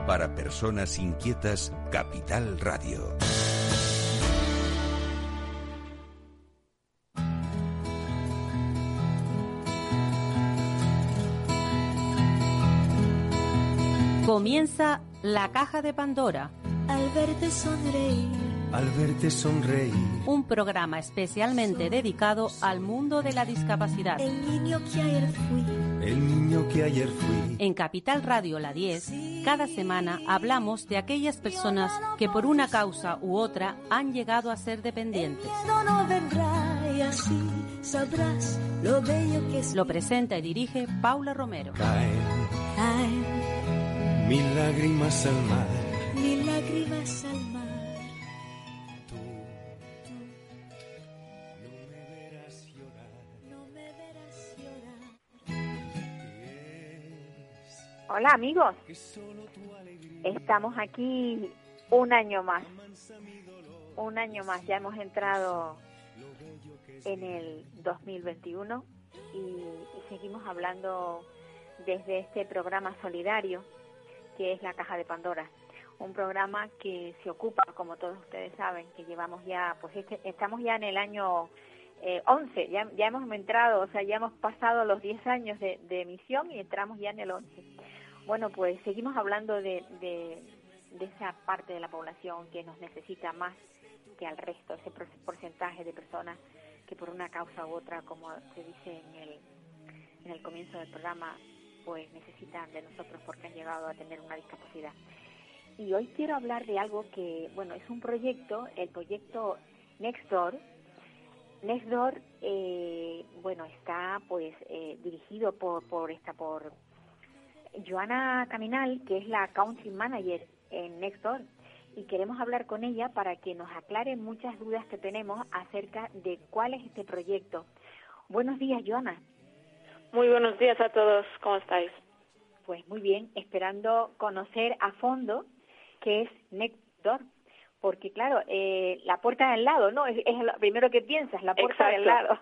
Para personas inquietas, Capital Radio. Comienza La Caja de Pandora. Al verte sonreír. Al verte sonreír. Un programa especialmente dedicado al mundo de la discapacidad. El niño que ayer fui. El niño que ayer fui. En Capital Radio La 10, cada semana hablamos de aquellas personas que por una causa u otra han llegado a ser dependientes. El miedo no vendrá y así sabrás lo bello que es. Lo presenta y dirige Paula Romero. Caen mil lágrimas al mar. Mil lágrimas al mar. Hola amigos, estamos aquí un año más, ya hemos entrado en el 2021 y seguimos hablando desde este programa solidario que es La Caja de Pandora, un programa que se ocupa, como todos ustedes saben, que llevamos ya, pues estamos ya en el año 11, ya hemos entrado, o sea, ya hemos pasado los 10 años de emisión y entramos ya en el 11. Bueno, pues seguimos hablando de esa parte de la población que nos necesita más que al resto, ese porcentaje de personas que por una causa u otra, como se dice en el comienzo del programa, pues necesitan de nosotros porque han llegado a tener una discapacidad. Y hoy quiero hablar de algo que, bueno, es un proyecto, el proyecto Nextdoor. Nextdoor, bueno, está pues dirigido por Joana Caminal, que es la Country Manager en Nextdoor, y queremos hablar con ella para que nos aclare muchas dudas que tenemos acerca de cuál es este proyecto. Buenos días, Joana. Muy buenos días a todos, ¿cómo estáis? Pues muy bien, esperando conocer a fondo qué es Nextdoor, porque claro, la puerta de al lado, ¿no? Es lo primero que piensas, la puerta de al lado.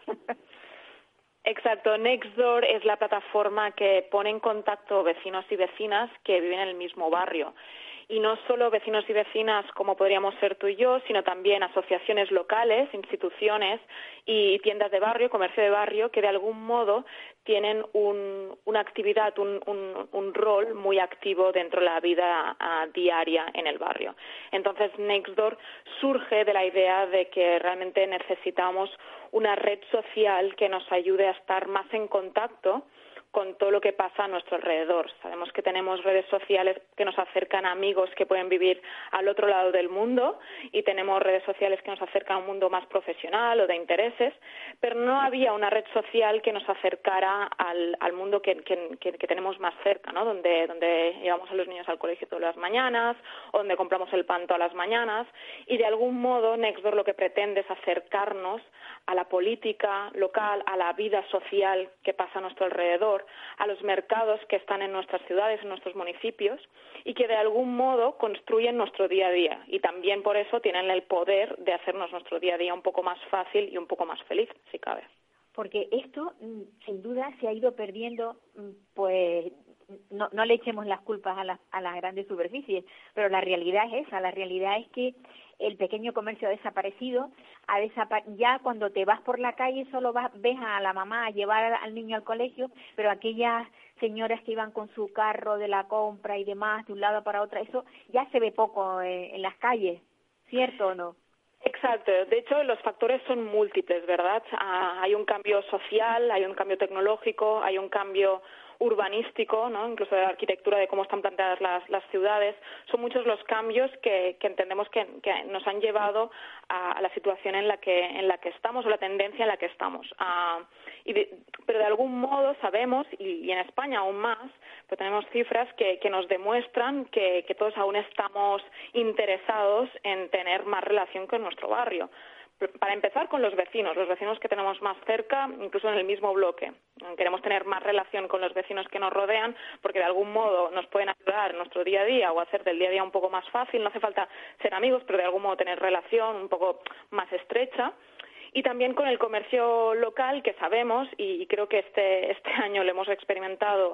Exacto, Nextdoor es la plataforma que pone en contacto vecinos y vecinas que viven en el mismo barrio. Y no solo vecinos y vecinas como podríamos ser tú y yo, sino también asociaciones locales, instituciones y tiendas de barrio, comercio de barrio, que de algún modo tienen una actividad, un rol muy activo dentro de la vida diaria en el barrio. Entonces, Nextdoor surge de la idea de que realmente necesitamos una red social que nos ayude a estar más en contacto con todo lo que pasa a nuestro alrededor. Sabemos que tenemos redes sociales que nos acercan a amigos que pueden vivir al otro lado del mundo y tenemos redes sociales que nos acercan a un mundo más profesional o de intereses, pero no había una red social que nos acercara al mundo que tenemos más cerca, ¿no? Donde llevamos a los niños al colegio todas las mañanas, o donde compramos el pan todas las mañanas, y de algún modo Nextdoor lo que pretende es acercarnos a la política local, a la vida social que pasa a nuestro alrededor, a los mercados que están en nuestras ciudades, en nuestros municipios, y que de algún modo construyen nuestro día a día. Y también por eso tienen el poder de hacernos nuestro día a día un poco más fácil y un poco más feliz, si cabe. Porque esto, sin duda, se ha ido perdiendo, pues no le echemos las culpas a las grandes superficies, pero la realidad es esa, la realidad es que el pequeño comercio ha desaparecido, ya cuando te vas por la calle solo ves a la mamá a llevar al niño al colegio, pero aquellas señoras que iban con su carro de la compra y demás de un lado para otro, eso ya se ve poco en las calles, ¿cierto o no? Exacto. De hecho, los factores son múltiples, ¿verdad? Hay un cambio social, hay un cambio tecnológico, hay un cambio urbanístico, ¿no? Incluso de la arquitectura, de cómo están planteadas las ciudades. Son muchos los cambios que entendemos que nos han llevado a la situación en la que estamos, o la tendencia en la que estamos. Pero de algún modo sabemos, y en España aún más, pues tenemos cifras que nos demuestran que todos aún estamos interesados en tener más relación con nuestro barrio. Para empezar, con los vecinos que tenemos más cerca, incluso en el mismo bloque. Queremos tener más relación con los vecinos que nos rodean porque de algún modo nos pueden ayudar en nuestro día a día o hacer del día a día un poco más fácil. No hace falta ser amigos, pero de algún modo tener relación un poco más estrecha. y también con el comercio local, que sabemos, y creo que este año lo hemos experimentado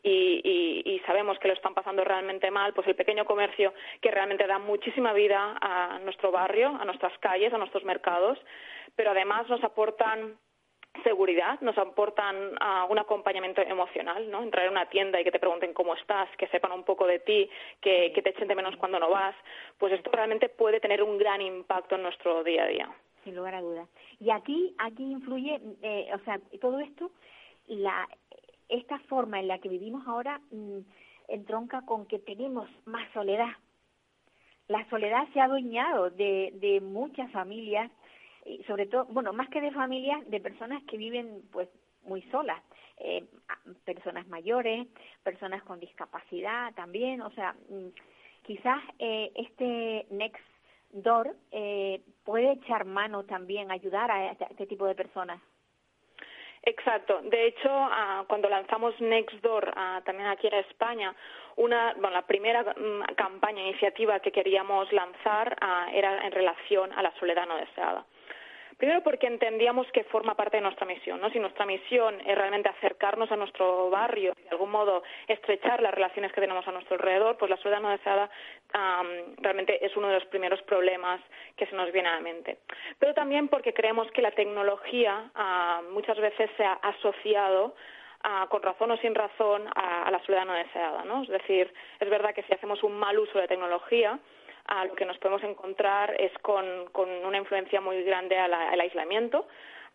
y sabemos que lo están pasando realmente mal, pues el pequeño comercio que realmente da muchísima vida a nuestro barrio, a nuestras calles, a nuestros mercados, pero además nos aportan seguridad, nos aportan un acompañamiento emocional, ¿no? Entrar en una tienda y que te pregunten cómo estás, que sepan un poco de ti, que te echen de menos cuando no vas, pues esto realmente puede tener un gran impacto en nuestro día a día. Sin lugar a dudas. Y aquí influye, todo esto, esta forma en la que vivimos ahora entronca con que tenemos más soledad. La soledad se ha adueñado de muchas familias, y sobre todo, bueno, más que de familias, de personas que viven pues muy solas, personas mayores, personas con discapacidad también, quizás este Nextdoor puede echar mano también, ayudar a este tipo de personas. Exacto. De hecho, cuando lanzamos Nextdoor también aquí en España, la primera iniciativa que queríamos lanzar era en relación a la soledad no deseada. Primero porque entendíamos que forma parte de nuestra misión, ¿no? Si nuestra misión es realmente acercarnos a nuestro barrio, de algún modo estrechar las relaciones que tenemos a nuestro alrededor, pues la soledad no deseada realmente es uno de los primeros problemas que se nos viene a la mente. Pero también porque creemos que la tecnología muchas veces se ha asociado con razón o sin razón a la soledad no deseada, ¿no? Es decir, es verdad que si hacemos un mal uso de tecnología, lo que nos podemos encontrar es con una influencia muy grande al aislamiento,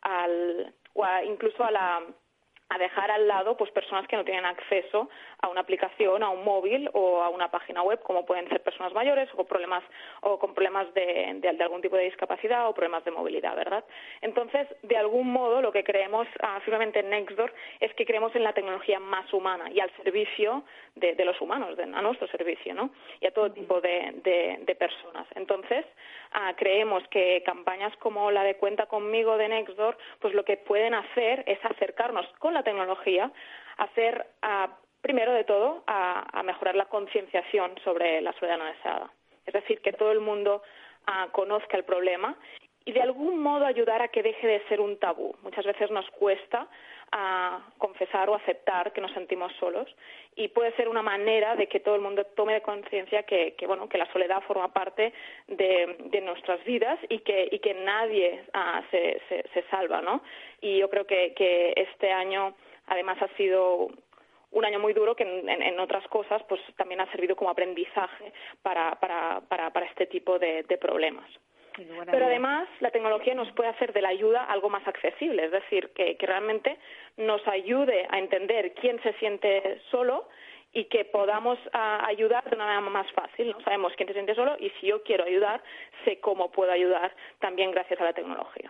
incluso a dejar al lado pues personas que no tienen acceso a una aplicación, a un móvil o a una página web, como pueden ser personas mayores o con problemas de algún tipo de discapacidad o problemas de movilidad, ¿verdad? Entonces, de algún modo, lo que creemos firmemente en Nextdoor es que creemos en la tecnología más humana y al servicio de los humanos, a nuestro servicio, ¿no? Y a todo tipo de personas. Entonces, creemos que campañas como la de Cuenta Conmigo de Nextdoor, pues lo que pueden hacer es acercarnos con la tecnología, hacer primero de todo a mejorar la concienciación sobre la soledad no deseada. Es decir, que todo el mundo conozca el problema y de algún modo ayudar a que deje de ser un tabú. Muchas veces nos cuesta confesar o aceptar que nos sentimos solos y puede ser una manera de que todo el mundo tome conciencia que la soledad forma parte de nuestras vidas y que nadie se salva, ¿no? Y yo creo que este año además ha sido un año muy duro que en otras cosas pues también ha servido como aprendizaje para este tipo de problemas. Pero además la tecnología nos puede hacer de la ayuda algo más accesible, es decir, que realmente nos ayude a entender quién se siente solo y que podamos ayudar de una manera más fácil, ¿no? Sabemos quién se siente solo y si yo quiero ayudar, sé cómo puedo ayudar también gracias a la tecnología.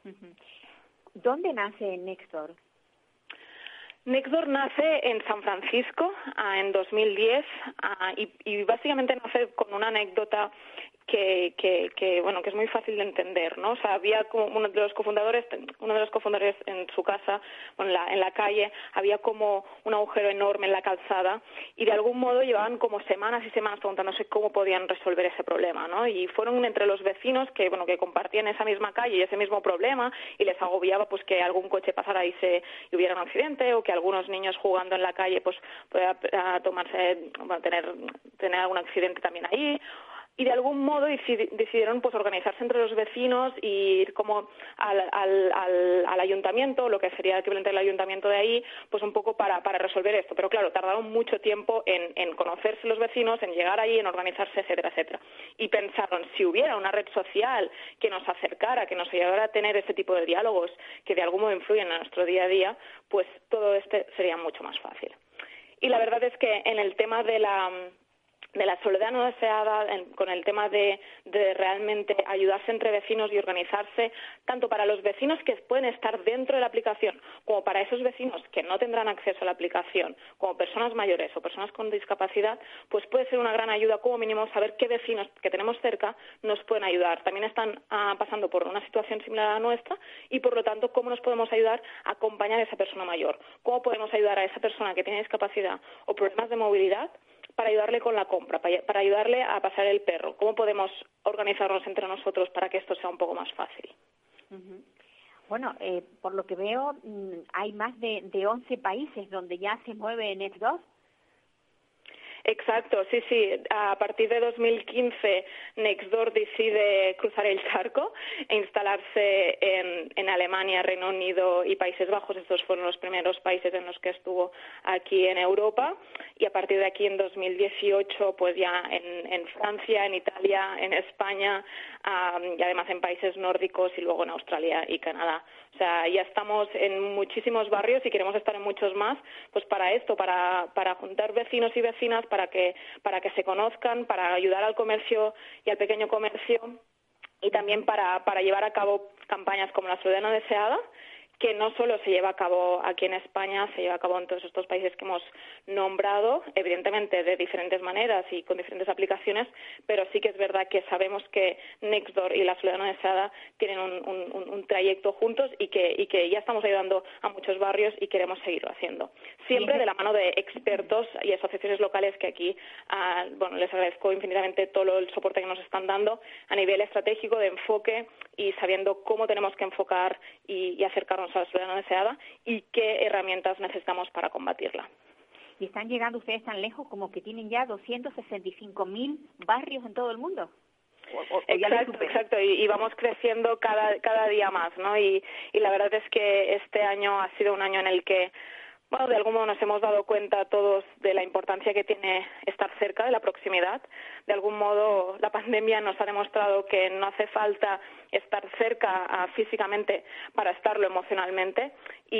¿Dónde nace Nextdoor? Nextdoor nace en San Francisco en 2010 y básicamente nace con una anécdota que es muy fácil de entender, ¿no? O sea, había como uno de los cofundadores en su casa, en la calle, había como un agujero enorme en la calzada y de algún modo llevaban como semanas y semanas preguntándose cómo podían resolver ese problema, ¿no? Y fueron entre los vecinos que compartían esa misma calle y ese mismo problema y les agobiaba pues que algún coche pasara y hubiera un accidente o que algunos niños jugando en la calle pues pueda tener algún accidente también ahí. Y de algún modo decidieron pues organizarse entre los vecinos e ir como al ayuntamiento, lo que sería el equivalente del ayuntamiento de ahí, pues un poco para resolver esto. Pero claro, tardaron mucho tiempo en conocerse los vecinos, en llegar ahí, en organizarse, etcétera, etcétera. Y pensaron, si hubiera una red social que nos acercara, que nos ayudara a tener este tipo de diálogos que de algún modo influyen en nuestro día a día, pues todo sería mucho más fácil. Y la verdad es que en el tema de la soledad no deseada, con el tema de realmente ayudarse entre vecinos y organizarse, tanto para los vecinos que pueden estar dentro de la aplicación, como para esos vecinos que no tendrán acceso a la aplicación, como personas mayores o personas con discapacidad, pues puede ser una gran ayuda, como mínimo, saber qué vecinos que tenemos cerca nos pueden ayudar. También están pasando por una situación similar a la nuestra y, por lo tanto, cómo nos podemos ayudar a acompañar a esa persona mayor, cómo podemos ayudar a esa persona que tiene discapacidad o problemas de movilidad para ayudarle con la compra, para ayudarle a pasar el perro. ¿Cómo podemos organizarnos entre nosotros para que esto sea un poco más fácil? Bueno, por lo que veo, hay más de 11 países donde ya se mueve Nextdoor. Exacto, sí. A partir de 2015, Nextdoor decide cruzar el charco e instalarse en Alemania, Reino Unido y Países Bajos. Estos fueron los primeros países en los que estuvo aquí en Europa. Y a partir de aquí, en 2018, pues ya en Francia, en Italia, en España y además en países nórdicos y luego en Australia y Canadá. O sea, ya estamos en muchísimos barrios y queremos estar en muchos más, pues para esto, para juntar vecinos y vecinas, para que se conozcan, para ayudar al comercio y al pequeño comercio y también para llevar a cabo campañas como la Soledad No Deseada, que no solo se lleva a cabo aquí en España, se lleva a cabo en todos estos países que hemos nombrado, evidentemente de diferentes maneras y con diferentes aplicaciones, pero sí que es verdad que sabemos que Nextdoor y la Soledad No Deseada tienen un trayecto juntos y que ya estamos ayudando a muchos barrios y queremos seguirlo haciendo. Siempre de la mano de expertos y asociaciones locales que aquí, les agradezco infinitamente todo el soporte que nos están dando a nivel estratégico, de enfoque y sabiendo cómo tenemos que enfocar y acercarnos a la soledad no deseada y qué herramientas necesitamos para combatirla. Y están llegando ustedes tan lejos como que tienen ya 265.000 barrios en todo el mundo. Exacto, y vamos creciendo cada día más, ¿no? Y la verdad es que este año ha sido un año en el que, bueno, de algún modo nos hemos dado cuenta todos de la importancia que tiene estar cerca, de la proximidad. De algún modo la pandemia nos ha demostrado que no hace falta estar cerca físicamente para estarlo emocionalmente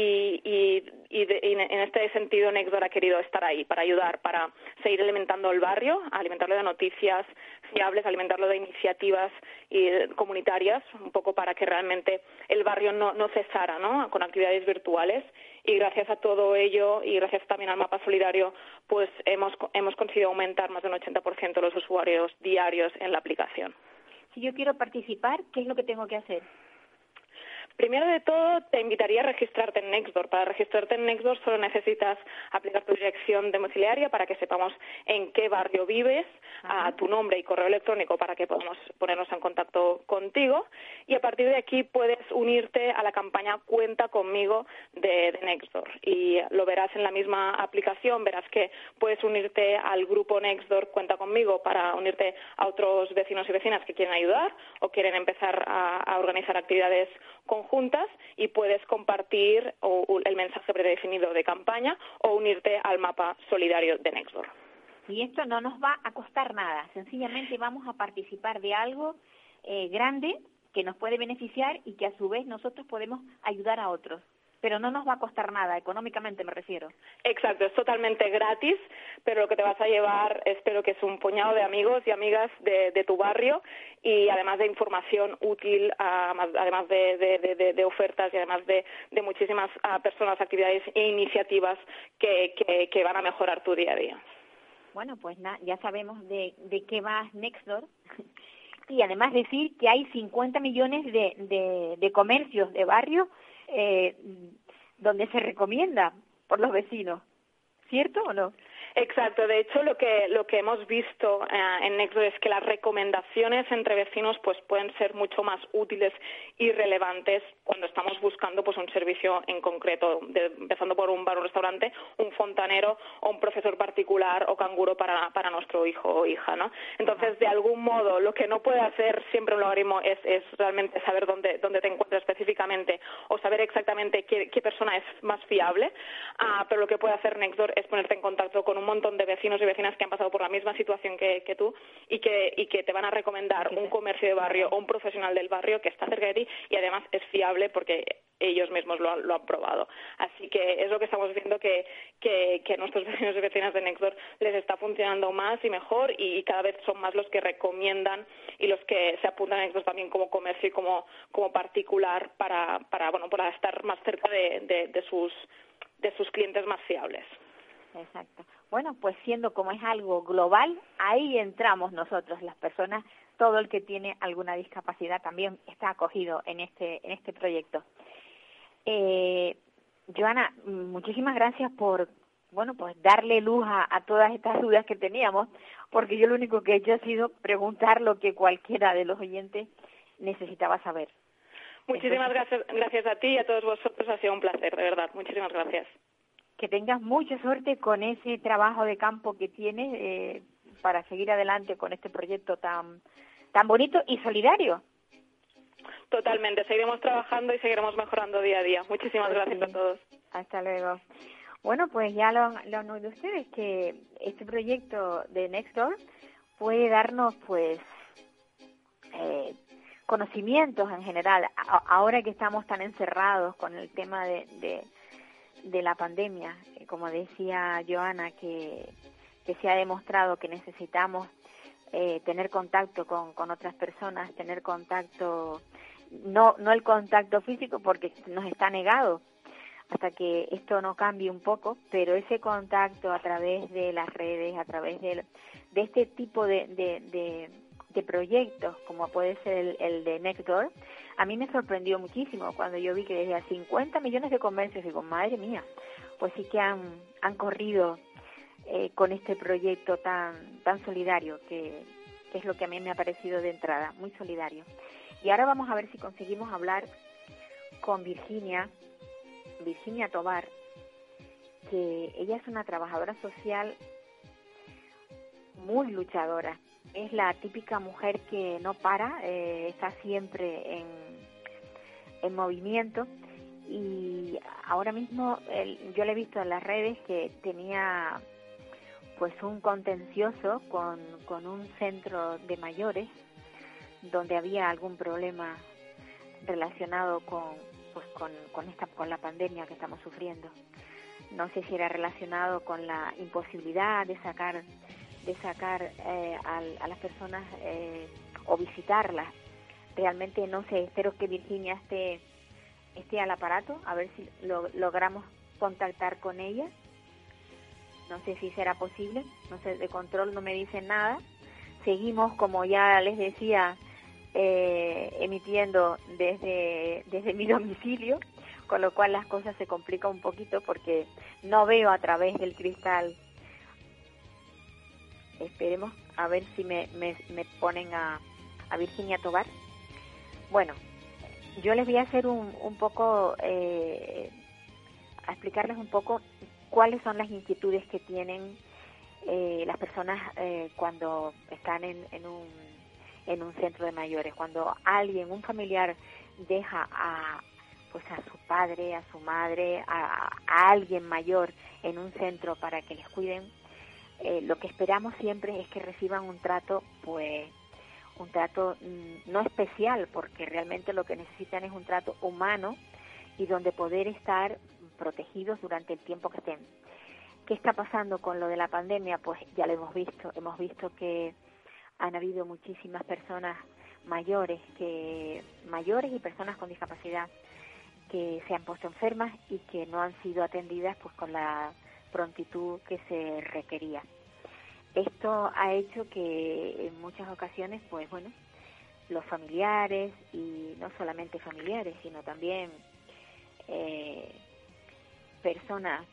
y en este sentido Nextdoor ha querido estar ahí para ayudar, para seguir alimentando el barrio, alimentarlo de noticias fiables, alimentarlo de iniciativas comunitarias, un poco para que realmente el barrio no cesara, ¿no?, con actividades virtuales. Y gracias a todo ello y gracias también al mapa solidario, pues hemos conseguido aumentar más del 80% los usuarios diarios en la aplicación. Si yo quiero participar, ¿qué es lo que tengo que hacer? Primero de todo, te invitaría a registrarte en Nextdoor. Para registrarte en Nextdoor solo necesitas aplicar tu dirección domiciliaria para que sepamos en qué barrio vives, a tu nombre y correo electrónico para que podamos ponernos en contacto contigo. Y a partir de aquí puedes unirte a la campaña Cuenta Conmigo de Nextdoor. Y lo verás en la misma aplicación, verás que puedes unirte al grupo Nextdoor Cuenta Conmigo para unirte a otros vecinos y vecinas que quieren ayudar o quieren empezar a organizar actividades conjuntas y puedes compartir el mensaje predefinido de campaña o unirte al mapa solidario de Nextdoor. Y esto no nos va a costar nada, sencillamente vamos a participar de algo grande que nos puede beneficiar y que a su vez nosotros podemos ayudar a otros. Pero no nos va a costar nada, económicamente me refiero. Exacto, es totalmente gratis, pero lo que te vas a llevar espero que es un puñado de amigos y amigas de tu barrio y además de información útil, además de ofertas y además de muchísimas personas, actividades e iniciativas que van a mejorar tu día a día. Bueno, pues ya sabemos de qué va Nextdoor. Y además decir que hay 50 millones de comercios, de barrios, donde se recomienda por los vecinos, ¿cierto o no? Exacto, de hecho lo que hemos visto en Nextdoor es que las recomendaciones entre vecinos pues pueden ser mucho más útiles y relevantes cuando estamos buscando pues un servicio en concreto, empezando por un bar o restaurante, un fontanero o un profesor particular o canguro para nuestro hijo o hija, ¿no? Entonces, de algún modo, lo que no puede hacer siempre un logaritmo es realmente saber dónde te encuentras específicamente o saber exactamente qué persona es más fiable, pero lo que puede hacer Nextdoor es ponerte en contacto con un montón de vecinos y vecinas que han pasado por la misma situación que tú y que te van a recomendar un comercio de barrio o un profesional del barrio que está cerca de ti y además es fiable porque ellos mismos lo han probado. Así que es lo que estamos viendo que a nuestros vecinos y vecinas de Nextdoor les está funcionando más y mejor y cada vez son más los que recomiendan y los que se apuntan a Nextdoor también como comercio y como particular para estar más cerca de sus clientes más fiables. Exacto. Bueno, pues siendo como es algo global, ahí entramos nosotros, las personas, todo el que tiene alguna discapacidad también está acogido en este proyecto. Joana, muchísimas gracias por darle luz a todas estas dudas que teníamos, porque yo lo único que he hecho ha sido preguntar lo que cualquiera de los oyentes necesitaba saber. Muchísimas gracias a ti y a todos vosotros, ha sido un placer, de verdad, muchísimas gracias. Que tengas mucha suerte con ese trabajo de campo que tienes para seguir adelante con este proyecto tan bonito y solidario. Totalmente, seguiremos trabajando y seguiremos mejorando día a día. Muchísimas gracias a todos. Hasta luego. Bueno, pues ya lo han oído ustedes, que este proyecto de Nextdoor puede darnos, pues, conocimientos en general. Ahora que estamos tan encerrados con el tema de la pandemia, como decía Joana, que se ha demostrado que necesitamos tener contacto con otras personas, tener contacto, no el contacto físico porque nos está negado hasta que esto no cambie un poco, pero ese contacto a través de las redes, a través de este tipo de proyectos, como puede ser el de Nextdoor, a mí me sorprendió muchísimo cuando yo vi que desde 50 millones de comercios, digo, madre mía, pues sí que han corrido con este proyecto tan solidario, que es lo que a mí me ha parecido de entrada, muy solidario. Y ahora vamos a ver si conseguimos hablar con Virginia Tobar, que ella es una trabajadora social muy luchadora. Es la típica mujer que no para, está siempre en movimiento, y ahora mismo yo le he visto en las redes que tenía pues un contencioso con un centro de mayores donde había algún problema relacionado con la pandemia que estamos sufriendo. No sé si era relacionado con la imposibilidad de sacar a las personas o visitarlas. Realmente no sé, espero que Virginia esté al aparato, a ver si logramos contactar con ella. No sé si será posible, no sé, de control no me dicen nada. Seguimos, como ya les decía, emitiendo desde mi domicilio, con lo cual las cosas se complican un poquito porque no veo a través del cristal. Esperemos a ver si me ponen a Virginia Tobar. Bueno, yo les voy a hacer un poco, a explicarles un poco cuáles son las inquietudes que tienen las personas cuando están en un centro de mayores. Cuando un familiar deja a su padre, a su madre, a alguien mayor en un centro para que les cuiden, lo que esperamos siempre es que reciban un trato no especial, porque realmente lo que necesitan es un trato humano y donde poder estar protegidos durante el tiempo que estén. ¿Qué está pasando con lo de la pandemia? Pues ya lo hemos visto que han habido muchísimas personas mayores y personas con discapacidad que se han puesto enfermas y que no han sido atendidas pues con la prontitud que se requería. Esto ha hecho que en muchas ocasiones, pues bueno, los familiares, y no solamente familiares, sino también personas,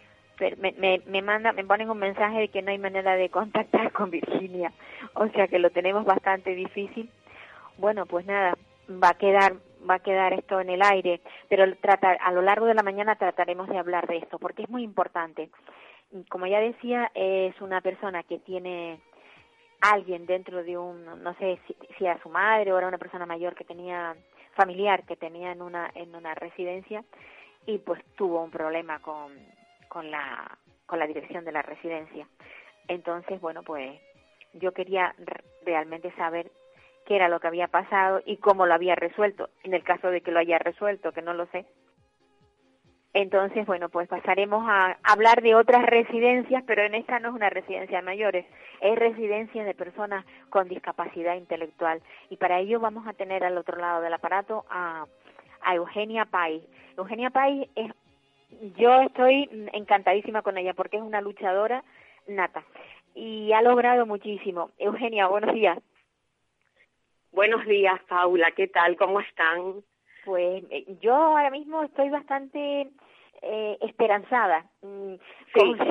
me ponen un mensaje de que no hay manera de contactar con Virginia, o sea que lo tenemos bastante difícil. Bueno, pues nada, va a quedar esto en el aire, pero a lo largo de la mañana trataremos de hablar de esto, porque es muy importante. Como ya decía, es una persona que tiene alguien dentro de no sé si era su madre o era una persona mayor familiar que tenía en una residencia, y pues tuvo un problema con la dirección de la residencia. Entonces, bueno, pues yo quería realmente saber qué era lo que había pasado y cómo lo había resuelto, en el caso de que lo haya resuelto, que no lo sé. Entonces, bueno, pues pasaremos a hablar de otras residencias, pero en esta no es una residencia de mayores, es residencia de personas con discapacidad intelectual. Y para ello vamos a tener al otro lado del aparato a Eugenia Pais. Eugenia Pais yo estoy encantadísima con ella porque es una luchadora nata y ha logrado muchísimo. Eugenia, buenos días. Buenos días, Paula, ¿qué tal? ¿Cómo están? Pues yo ahora mismo estoy bastante esperanzada.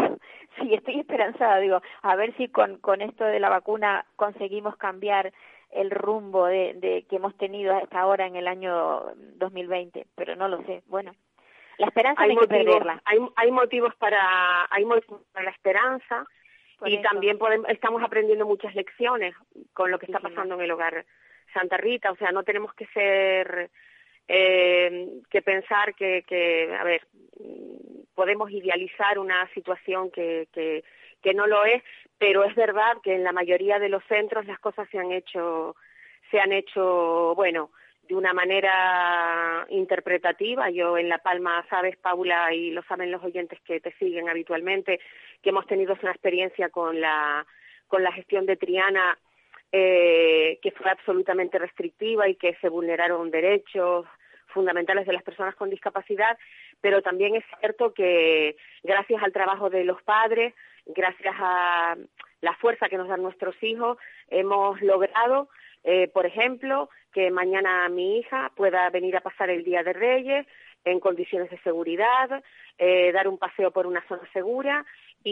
Sí, estoy esperanzada, digo, a ver si con esto de la vacuna conseguimos cambiar el rumbo de que hemos tenido hasta ahora en el año 2020, pero no lo sé. Bueno, la esperanza no hay que perderla. Hay motivos para la esperanza. Y también estamos aprendiendo muchas lecciones con lo que está pasando en el hogar Santa Rita. O sea, no tenemos que pensar que a ver, podemos idealizar una situación que no lo es, pero es verdad que en la mayoría de los centros las cosas se han hecho, bueno, de una manera interpretativa. Yo en La Palma, sabes, Paula, y lo saben los oyentes que te siguen habitualmente, que hemos tenido una experiencia con la gestión de Triana que fue absolutamente restrictiva y que se vulneraron derechos fundamentales de las personas con discapacidad, pero también es cierto que gracias al trabajo de los padres, gracias a la fuerza que nos dan nuestros hijos, hemos logrado, por ejemplo, que mañana mi hija pueda venir a pasar el Día de Reyes en condiciones de seguridad, dar un paseo por una zona segura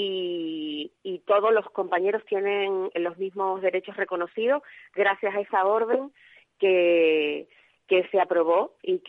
y todos los compañeros tienen los mismos derechos reconocidos gracias a esa orden que se aprobó y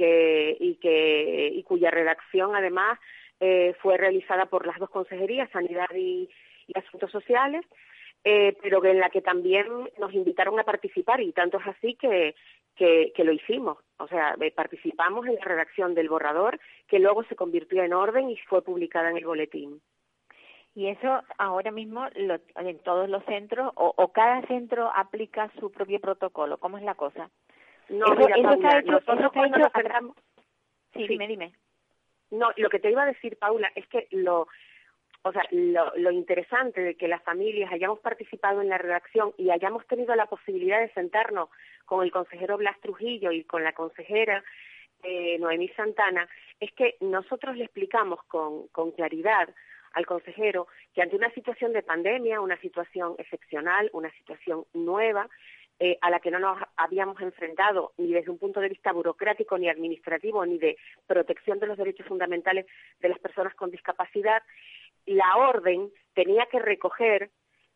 cuya redacción además fue realizada por las dos consejerías, Sanidad y Asuntos Sociales, pero en la que también nos invitaron a participar, y tanto es así que lo hicimos. O sea, participamos en la redacción del borrador, que luego se convirtió en orden y fue publicada en el boletín. Y eso ahora mismo en todos los centros, o cada centro aplica su propio protocolo. ¿Cómo es la cosa? No, mira, Paula, nosotros cuando nos centramos... Sí, dime. No, lo que te iba a decir, Paula, es que lo interesante de que las familias hayamos participado en la redacción y hayamos tenido la posibilidad de sentarnos con el consejero Blas Trujillo y con la consejera Noemí Santana, es que nosotros le explicamos con claridad al consejero que ante una situación de pandemia, una situación excepcional, una situación nueva, a la que no nos habíamos enfrentado ni desde un punto de vista burocrático, ni administrativo, ni de protección de los derechos fundamentales de las personas con discapacidad, la orden tenía que recoger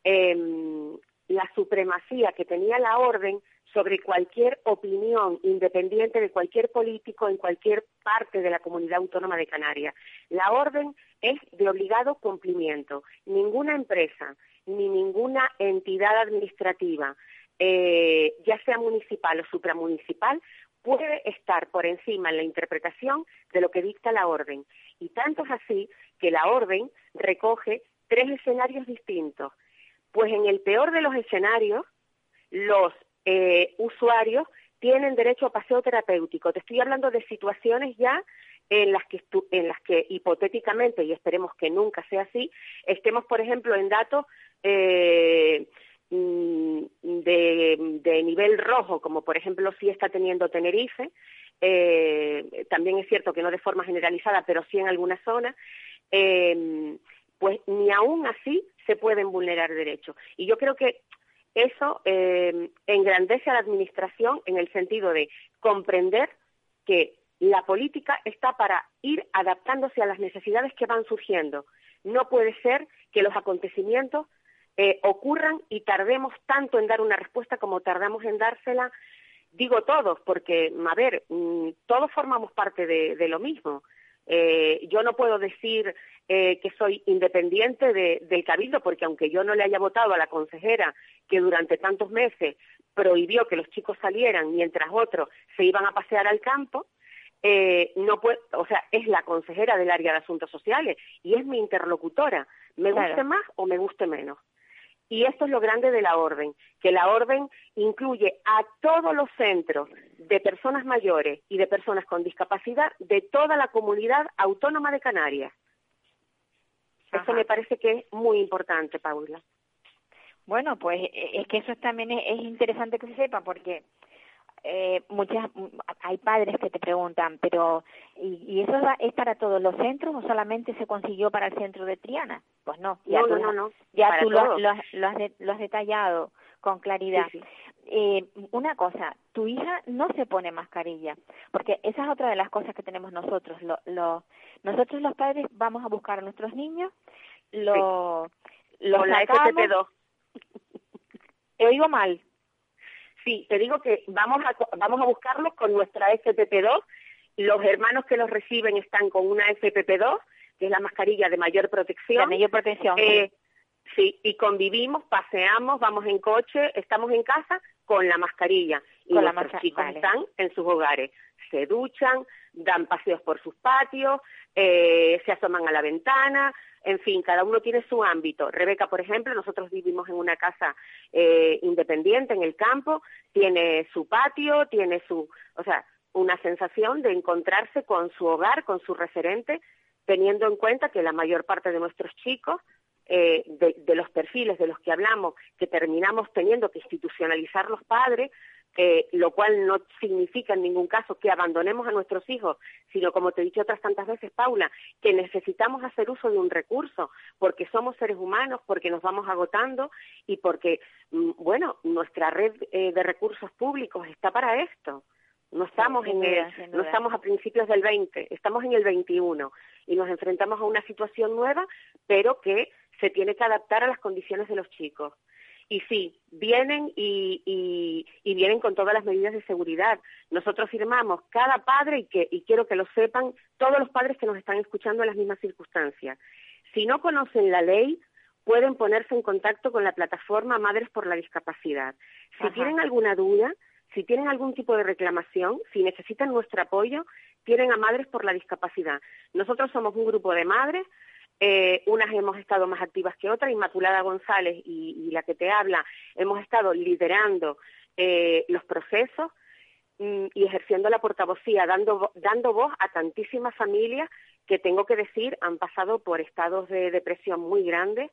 la supremacía que tenía la orden sobre cualquier opinión independiente de cualquier político en cualquier parte de la Comunidad Autónoma de Canarias. La orden es de obligado cumplimiento. Ninguna empresa ni ninguna entidad administrativa, ya sea municipal o supramunicipal, puede estar por encima en la interpretación de lo que dicta la orden. Y tanto es así que la orden recoge 3 escenarios distintos. Pues en el peor de los escenarios, los usuarios tienen derecho a paseo terapéutico. Te estoy hablando de situaciones ya en las que hipotéticamente, y esperemos que nunca sea así, estemos, por ejemplo, en datos de nivel rojo, como por ejemplo sí está teniendo Tenerife. También es cierto que no de forma generalizada, pero sí en algunas zonas, pues ni aún así se pueden vulnerar derechos. Y yo creo que eso engrandece a la Administración en el sentido de comprender que la política está para ir adaptándose a las necesidades que van surgiendo. No puede ser que los acontecimientos ocurran y tardemos tanto en dar una respuesta como tardamos en dársela, digo todos, porque, a ver, todos formamos parte de lo mismo. Yo no puedo decir que soy independiente del Cabildo, porque aunque yo no le haya votado a la consejera que durante tantos meses prohibió que los chicos salieran mientras otros se iban a pasear al campo, no puedo, o sea, es la consejera del área de Asuntos Sociales y es mi interlocutora, me guste más o me guste menos. Y esto es lo grande de la orden, que la orden incluye a todos los centros de personas mayores y de personas con discapacidad de toda la Comunidad Autónoma de Canarias. Eso me parece que es muy importante, Paula. Bueno, pues es que eso también es interesante que se sepa, porque hay padres que te preguntan, pero ¿y eso es para todos los centros o solamente se consiguió para el centro de Triana? Pues no, no. Ya tú lo has detallado con claridad. Sí. Una cosa, tu hija no se pone mascarilla, porque esa es otra de las cosas que tenemos nosotros. Nosotros los padres vamos a buscar a nuestros niños, los con la sacamos. FFP2. ¿Te oigo mal? Sí, te digo que vamos a buscarlos con nuestra FPP2. Los hermanos que los reciben están con una FPP2, que es la mascarilla de mayor protección. De mayor protección. Sí, y convivimos, paseamos, vamos en coche, estamos en casa con la mascarilla. Y con nuestros chicos están en sus hogares. Se duchan, dan paseos por sus patios, se asoman a la ventana, en fin, cada uno tiene su ámbito. Rebeca, por ejemplo, nosotros vivimos en una casa independiente en el campo, tiene su patio, tiene una sensación de encontrarse con su hogar, con su referente, teniendo en cuenta que la mayor parte de nuestros chicos, de los perfiles de los que hablamos, que terminamos teniendo que institucionalizar los padres, lo cual no significa en ningún caso que abandonemos a nuestros hijos, sino, como te he dicho otras tantas veces, Paula, que necesitamos hacer uso de un recurso, porque somos seres humanos, porque nos vamos agotando y porque, nuestra red de recursos públicos está para esto. No estamos no estamos a principios del 20, estamos en el 21 y nos enfrentamos a una situación nueva, pero que se tiene que adaptar a las condiciones de los chicos. Y sí, vienen y vienen con todas las medidas de seguridad. Nosotros firmamos cada padre y quiero que lo sepan todos los padres que nos están escuchando en las mismas circunstancias. Si no conocen la ley, pueden ponerse en contacto con la plataforma Madres por la Discapacidad. Si tienen alguna duda, si tienen algún tipo de reclamación, si necesitan nuestro apoyo, tienen a Madres por la Discapacidad. Nosotros somos un grupo de madres, unas hemos estado más activas que otras, Inmaculada González y la que te habla, hemos estado liderando los procesos y ejerciendo la portavocía, dando voz a tantísimas familias que, tengo que decir, han pasado por estados de depresión muy grandes,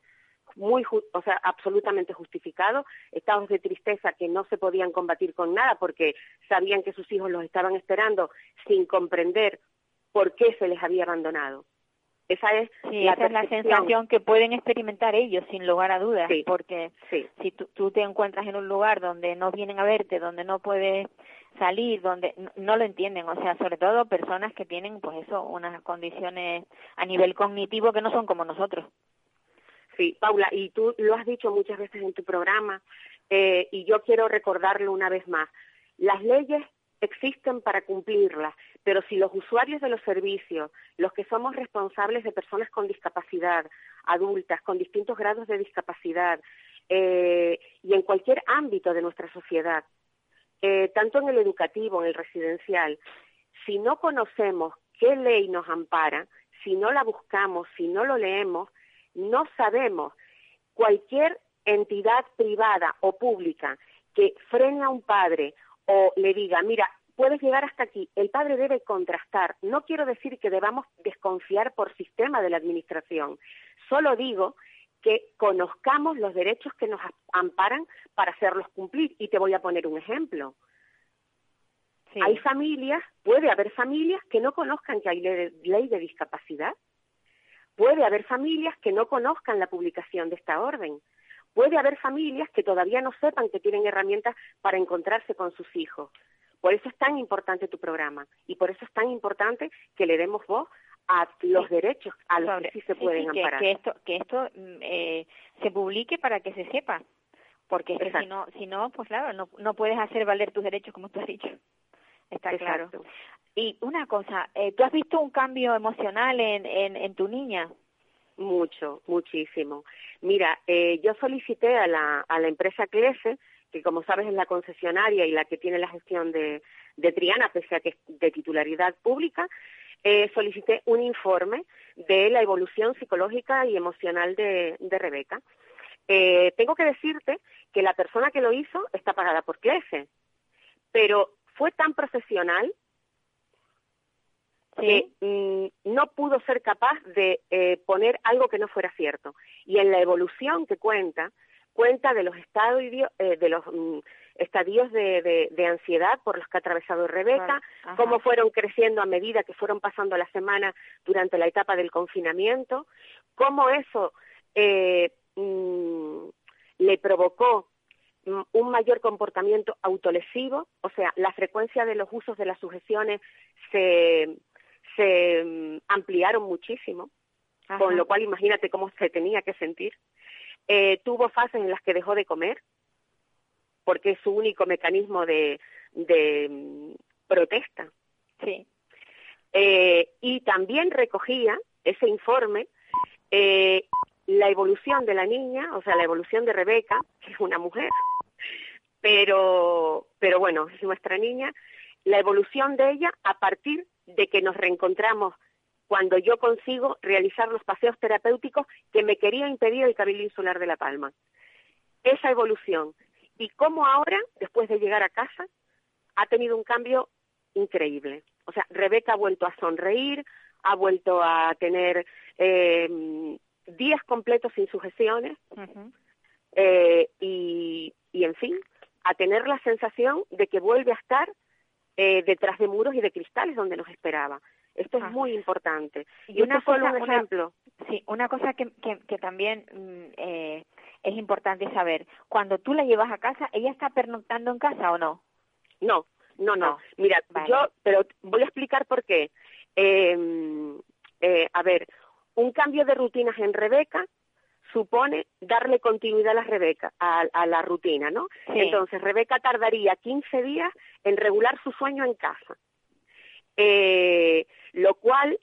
absolutamente justificados, estados de tristeza que no se podían combatir con nada porque sabían que sus hijos los estaban esperando sin comprender por qué se les había abandonado. Esa es la sensación que pueden experimentar ellos, sin lugar a dudas, porque si tú te encuentras en un lugar donde no vienen a verte, donde no puedes salir, donde no lo entienden, o sea, sobre todo personas que tienen, unas condiciones a nivel cognitivo que no son como nosotros. Sí, Paula, y tú lo has dicho muchas veces en tu programa, y yo quiero recordarlo una vez más. Las leyes existen para cumplirlas, pero si los usuarios de los servicios, los que somos responsables de personas con discapacidad, adultas, con distintos grados de discapacidad, y en cualquier ámbito de nuestra sociedad, tanto en el educativo, en el residencial, si no conocemos qué ley nos ampara, si no la buscamos, si no lo leemos, no sabemos. Cualquier entidad privada o pública que frene a un padre o le diga, mira, puedes llegar hasta aquí, el padre debe contrastar. No quiero decir que debamos desconfiar por sistema de la administración, solo digo que conozcamos los derechos que nos amparan para hacerlos cumplir. Y te voy a poner un ejemplo. Sí. Puede haber familias que no conozcan que hay ley de discapacidad. Puede haber familias que no conozcan la publicación de esta orden. Puede haber familias que todavía no sepan que tienen herramientas para encontrarse con sus hijos. Por eso es tan importante tu programa y por eso es tan importante que le demos voz a los derechos a los que sí se pueden amparar. Que esto se publique para que se sepa, porque es que si no, pues claro, no puedes hacer valer tus derechos como tú has dicho. Está claro. Y una cosa, ¿tú has visto un cambio emocional en tu niña? Muchísimo. Mira, yo solicité a la empresa Clese, que como sabes es la concesionaria y la que tiene la gestión de Triana, pese a que es de titularidad pública, solicité un informe de la evolución psicológica y emocional de Rebeca. Tengo que decirte que la persona que lo hizo está pagada por Clese, pero fue tan profesional que no pudo ser capaz de poner algo que no fuera cierto. Y en la evolución que cuenta de los estadios de ansiedad por los que ha atravesado Rebeca, cómo fueron creciendo a medida que fueron pasando las semanas durante la etapa del confinamiento, cómo eso le provocó un mayor comportamiento autolesivo, o sea, la frecuencia de los usos de las sujeciones se ampliaron muchísimo, con lo cual imagínate cómo se tenía que sentir. Tuvo fases en las que dejó de comer, porque es su único mecanismo de protesta. Sí. Y también recogía ese informe la evolución de la niña, o sea, la evolución de Rebeca, que es una mujer, pero bueno, es nuestra niña, la evolución de ella a partir de que nos reencontramos cuando yo consigo realizar los paseos terapéuticos que me quería impedir el Cabildo Insular de La Palma. Esa evolución. Y cómo ahora, después de llegar a casa, ha tenido un cambio increíble. O sea, Rebeca ha vuelto a sonreír, ha vuelto a tener días completos sin sujeciones, y en fin, a tener la sensación de que vuelve a estar detrás de muros y de cristales donde nos esperaba. Esto es muy importante. Y una cosa, un ejemplo. Una cosa que también es importante saber. Cuando tú la llevas a casa, ¿ella está pernoctando en casa o no? No. Mira, vale. Pero voy a explicar por qué. A ver, un cambio de rutinas en Rebeca supone darle continuidad a la rutina, ¿no? Sí. Entonces, Rebeca tardaría 15 días en regular su sueño en casa. Lo cual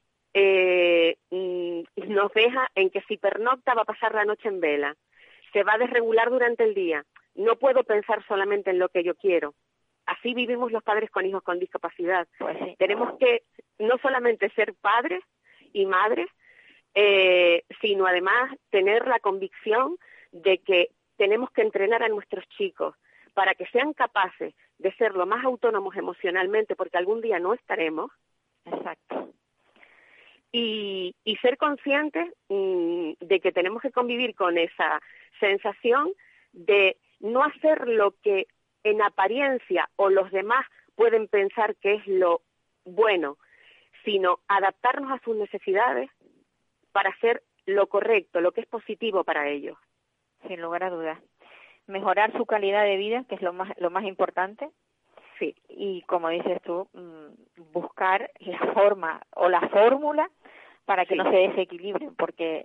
nos deja en que si pernocta va a pasar la noche en vela, se va a desregular durante el día, no puedo pensar solamente en lo que yo quiero. Así vivimos los padres con hijos con discapacidad. Pues sí. Tenemos que no solamente ser padres y madres, sino además tener la convicción de que tenemos que entrenar a nuestros chicos para que sean capaces de ser lo más autónomos emocionalmente, porque algún día no estaremos. Exacto. Y ser conscientes de que tenemos que convivir con esa sensación de no hacer lo que en apariencia o los demás pueden pensar que es lo bueno, sino adaptarnos a sus necesidades para hacer lo correcto, lo que es positivo para ellos. Sin lugar a dudas. Mejorar su calidad de vida, que es lo más importante. Sí. Y como dices tú, buscar la forma o la fórmula para que no se desequilibren, porque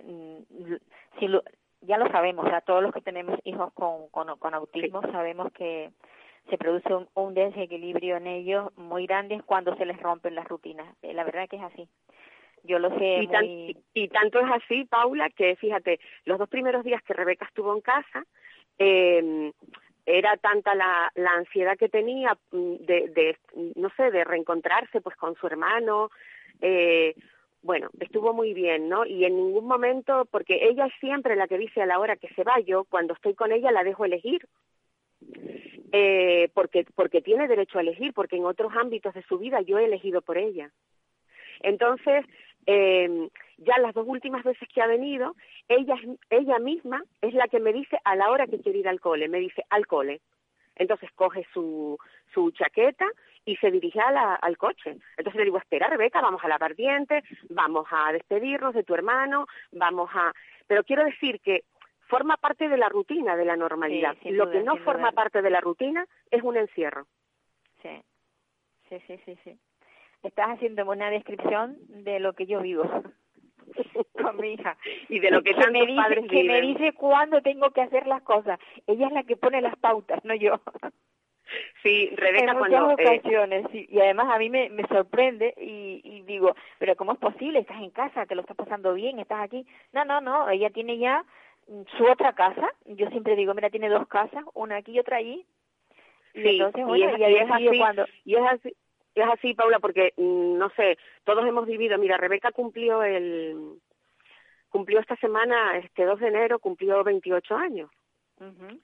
ya lo sabemos, o sea, todos los que tenemos hijos con autismo sabemos que se produce un desequilibrio en ellos muy grande cuando se les rompen las rutinas. La verdad que es así. Yo lo sé y tanto es así, Paula, que fíjate, los 2 primeros días que Rebeca estuvo en casa, era tanta la ansiedad que tenía de reencontrarse pues con su hermano. Bueno, estuvo muy bien, ¿no? Y en ningún momento, porque ella es siempre la que dice a la hora que se va, yo cuando estoy con ella la dejo elegir, porque tiene derecho a elegir, porque en otros ámbitos de su vida yo he elegido por ella. Entonces, ya las 2 últimas veces que ha venido, ella misma es la que me dice a la hora que quiere ir al cole, me dice al cole. Entonces coge su chaqueta y se dirige al coche. Entonces le digo, espera, Rebeca, vamos a lavar dientes, vamos a despedirnos de tu hermano, Pero quiero decir que forma parte de la rutina, de la normalidad. Sí, Lo que no forma parte de la rutina es un encierro. Sí. Estás haciéndome una descripción de lo que yo vivo con mi hija. Y de lo que tantos padres viven. Que me dice cuándo tengo que hacer las cosas. Ella es la que pone las pautas, no yo. Sí, Rebeca, en muchas ocasiones, sí. Y además a mí me sorprende y digo, pero ¿cómo es posible? Estás en casa, te lo estás pasando bien, estás aquí. No, ella tiene ya su otra casa. Yo siempre digo, mira, tiene 2 casas, una aquí y otra allí. Y sí, entonces, bueno, es así, Paula, porque, no sé, todos hemos vivido, mira, Rebeca cumplió esta semana, 2 de enero, cumplió 28 años. Uh-huh.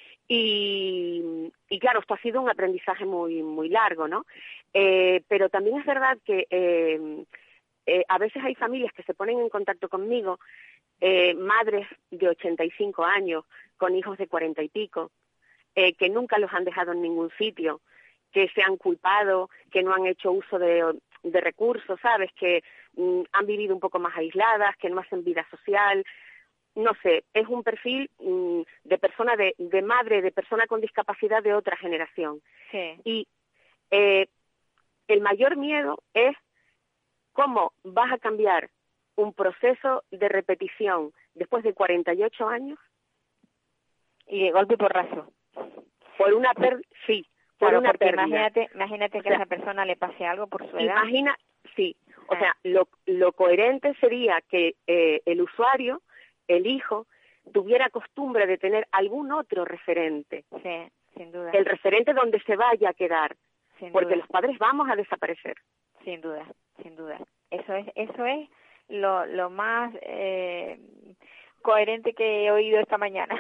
Y claro, esto ha sido un aprendizaje muy, muy largo, ¿no? Pero también es verdad que a veces hay familias que se ponen en contacto conmigo, madres de 85 años, con hijos de 40 y pico, que nunca los han dejado en ningún sitio, que se han culpado, que no han hecho uso de recursos, ¿sabes? Que han vivido un poco más aisladas, que no hacen vida social. No sé, es un perfil de persona, de madre, de persona con discapacidad de otra generación. Sí. Y el mayor miedo es cómo vas a cambiar un proceso de repetición después de 48 años. Y de golpe y porrazo. por una sí, por claro, una porque pérdida. Imagínate que O sea, a esa persona le pase algo por su edad. Sí, o sea, lo coherente sería que el usuario, el hijo, tuviera costumbre de tener algún otro referente. Sí, sin duda. El referente donde se vaya a quedar, sin porque duda. los padres vamos a desaparecer. Sin duda, sin duda. Eso es lo más coherente que he oído esta mañana.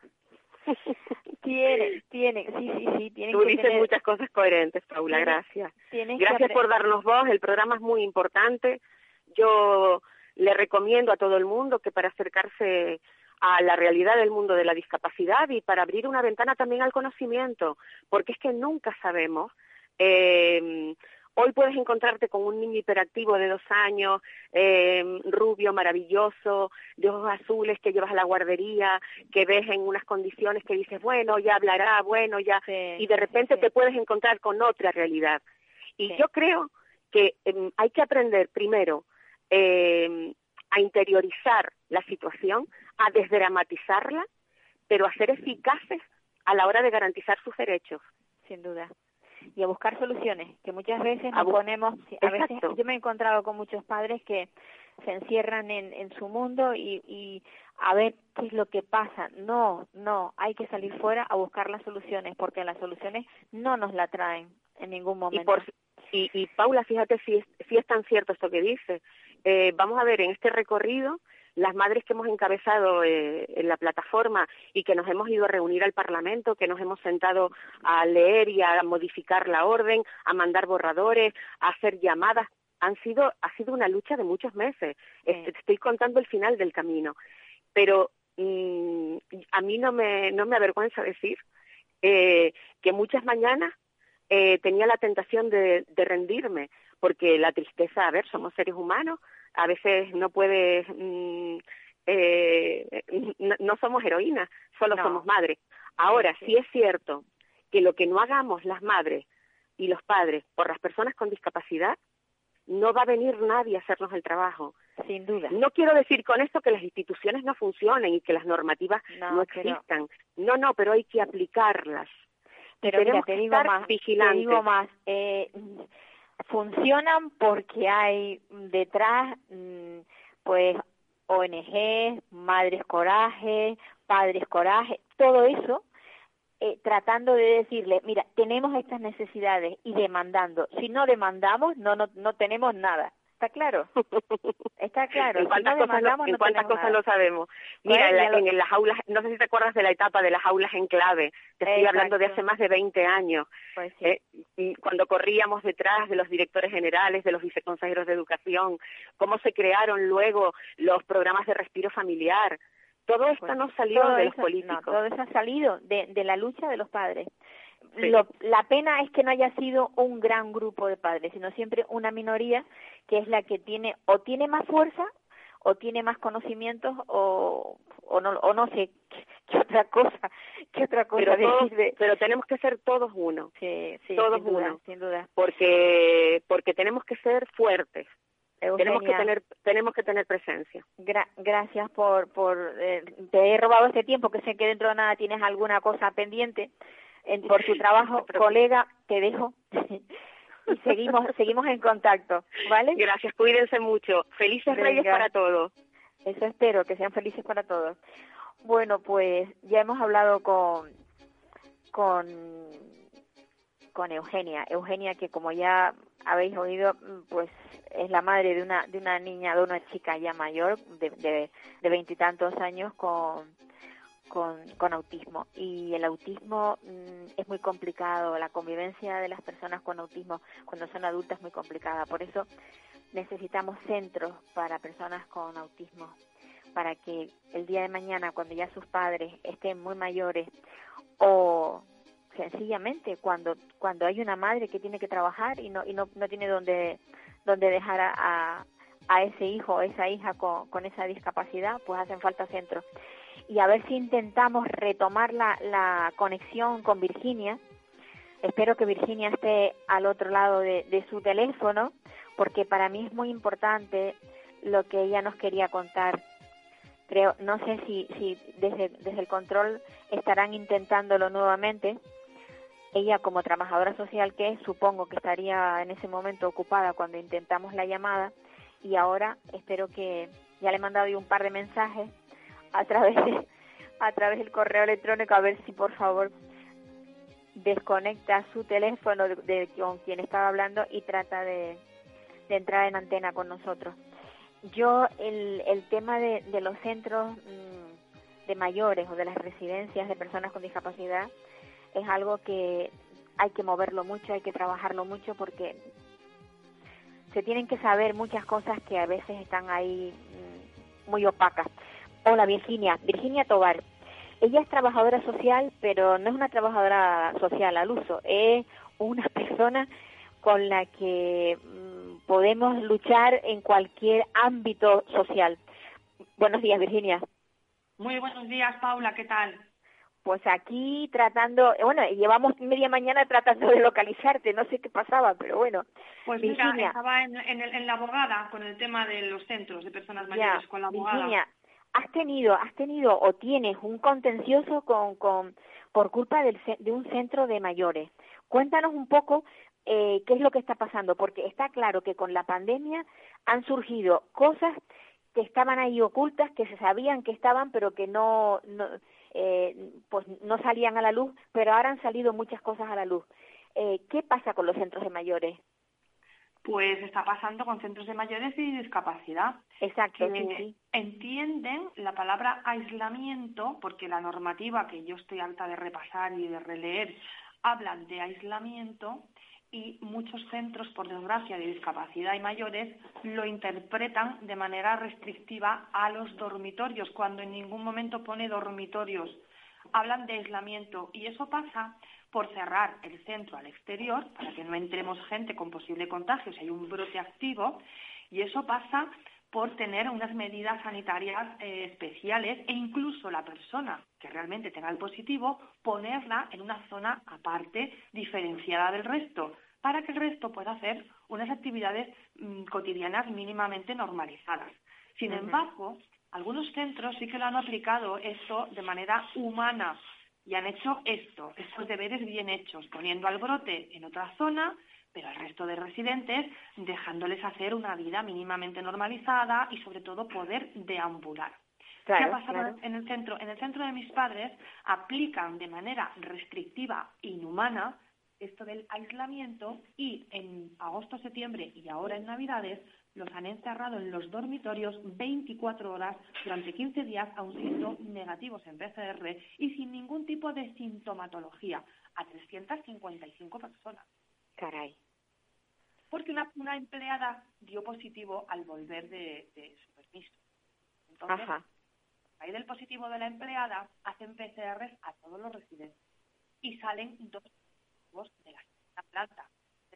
Tienen, sí, tienen Tú que dices tener... muchas cosas coherentes, Paula, gracias. Gracias por darnos voz, el programa es muy importante. Yo le recomiendo a todo el mundo que para acercarse a la realidad del mundo de la discapacidad y para abrir una ventana también al conocimiento, porque es que nunca sabemos. Hoy puedes encontrarte con un niño hiperactivo de 2 años, rubio, maravilloso, de ojos azules, que llevas a la guardería, que ves en unas condiciones que dices, bueno, ya hablará, bueno, ya... Sí, y de repente te puedes encontrar con otra realidad. Y yo creo que hay que aprender primero a interiorizar la situación, a desdramatizarla, pero a ser eficaces a la hora de garantizar sus derechos. Sin duda. Y a buscar soluciones, que muchas veces nos ponemos, a veces yo me he encontrado con muchos padres que se encierran en su mundo y a ver qué es lo que pasa. No, hay que salir fuera a buscar las soluciones, porque las soluciones no nos la traen en ningún momento. Y Paula, fíjate si es tan cierto esto que dice. Vamos a ver, en este recorrido, las madres que hemos encabezado en la plataforma y que nos hemos ido a reunir al Parlamento, que nos hemos sentado a leer y a modificar la orden, a mandar borradores, a hacer llamadas, ha sido una lucha de muchos meses. Estoy contando el final del camino. Pero a mí no me avergüenza decir que muchas mañanas tenía la tentación de rendirme, porque la tristeza, a ver, somos seres humanos, a veces no puedes, no somos heroínas, solo somos madres. Ahora, sí es cierto que lo que no hagamos las madres y los padres por las personas con discapacidad, no va a venir nadie a hacernos el trabajo. Sin duda. No quiero decir con esto que las instituciones no funcionen y que las normativas no existan. No, pero hay que aplicarlas. Pero mira, te digo más, funcionan porque hay detrás, pues, ONG, Madres Coraje, Padres Coraje, todo eso, tratando de decirle, mira, tenemos estas necesidades y demandando. Si no demandamos, no tenemos nada. ¿Está claro? Está claro. En cuántas cosas lo sabemos. Mira, en las aulas, no sé si te acuerdas de la etapa de las aulas en clave, te estoy hablando de hace más de 20 años, pues sí. Cuando corríamos detrás de los directores generales, de los viceconsejeros de educación, cómo se crearon luego los programas de respiro familiar. Todo esto no salió de los políticos. No, todo eso ha salido de la lucha de los padres. Sí. La pena es que no haya sido un gran grupo de padres, sino siempre una minoría que es la que tiene más fuerza o tiene más conocimientos o no sé qué otra cosa pero tenemos que ser todos uno. Sí, todos sin duda, uno, sin duda. Porque tenemos que ser fuertes. Eugenia, tenemos que tener presencia. Gracias por te he robado este tiempo, que sé que dentro de nada tienes alguna cosa pendiente. Por tu trabajo, colega, te dejo y seguimos en contacto, ¿vale? Gracias, cuídense mucho. Felices Reyes para todos. Eso espero, que sean felices para todos. Bueno, pues ya hemos hablado con Eugenia, que como ya habéis oído, pues es la madre de una niña, de una chica ya mayor, de 20 y tantos años, con autismo. Y el autismo es muy complicado, la convivencia de las personas con autismo cuando son adultas es muy complicada. Por eso necesitamos centros para personas con autismo, para que el día de mañana, cuando ya sus padres estén muy mayores, o sencillamente cuando hay una madre que tiene que trabajar y no tiene donde dejar a ese hijo o esa hija con esa discapacidad, pues hacen falta centros. Y a ver si intentamos retomar la conexión con Virginia. Espero que Virginia esté al otro lado de su teléfono, porque para mí es muy importante lo que ella nos quería contar. No sé si desde el control estarán intentándolo nuevamente, ella como trabajadora social que es, supongo que estaría en ese momento ocupada cuando intentamos la llamada, y ahora espero que ya le he mandado yo un par de mensajes a través del correo electrónico, a ver si por favor desconecta su teléfono de con quien estaba hablando y trata de entrar en antena con nosotros. Yo el tema de los centros de mayores o de las residencias de personas con discapacidad es algo que hay que moverlo mucho, hay que trabajarlo mucho, porque se tienen que saber muchas cosas que a veces están ahí muy opacas. Hola, Virginia Tobar. Ella es trabajadora social, pero no es una trabajadora social al uso, es una persona con la que podemos luchar en cualquier ámbito social. Buenos días, Virginia. Muy buenos días, Paula, ¿qué tal? Pues aquí tratando, llevamos media mañana tratando de localizarte, no sé qué pasaba, pero bueno. Pues Virginia, mira, estaba en la abogada con el tema de los centros de personas mayores, con la abogada. Virginia, has tenido o tienes un contencioso por culpa de un centro de mayores. Cuéntanos un poco qué es lo que está pasando, porque está claro que con la pandemia han surgido cosas que estaban ahí ocultas, que se sabían que estaban, pero que no salían a la luz, pero ahora han salido muchas cosas a la luz. ¿Qué pasa con los centros de mayores? Pues está pasando con centros de mayores y discapacidad. Exacto, sí. Entienden la palabra aislamiento, porque la normativa que yo estoy harta de repasar y de releer hablan de aislamiento, y muchos centros, por desgracia, de discapacidad y mayores lo interpretan de manera restrictiva a los dormitorios, cuando en ningún momento pone dormitorios. Hablan de aislamiento, y eso pasa por cerrar el centro al exterior para que no entremos gente con posible contagio si hay un brote activo, y eso pasa por tener unas medidas sanitarias especiales, e incluso la persona que realmente tenga el positivo, ponerla en una zona aparte, diferenciada del resto, para que el resto pueda hacer unas actividades cotidianas mínimamente normalizadas. Sin embargo, algunos centros sí que lo han aplicado esto de manera humana y han hecho estos deberes bien hechos, poniendo al brote en otra zona, pero al resto de residentes dejándoles hacer una vida mínimamente normalizada y sobre todo poder deambular. Claro, ¿qué ha pasado claro. en el centro? En el centro de mis padres aplican de manera restrictiva e inhumana esto del aislamiento, y en agosto, septiembre y ahora en Navidades los han encerrado en los dormitorios 24 horas durante 15 días, aun siendo negativos en PCR y sin ningún tipo de sintomatología, a 355 personas. Caray. Porque una empleada dio positivo al volver de su permiso. Entonces, a raíz del positivo de la empleada, hacen PCRs a todos los residentes y salen 2 de la planta.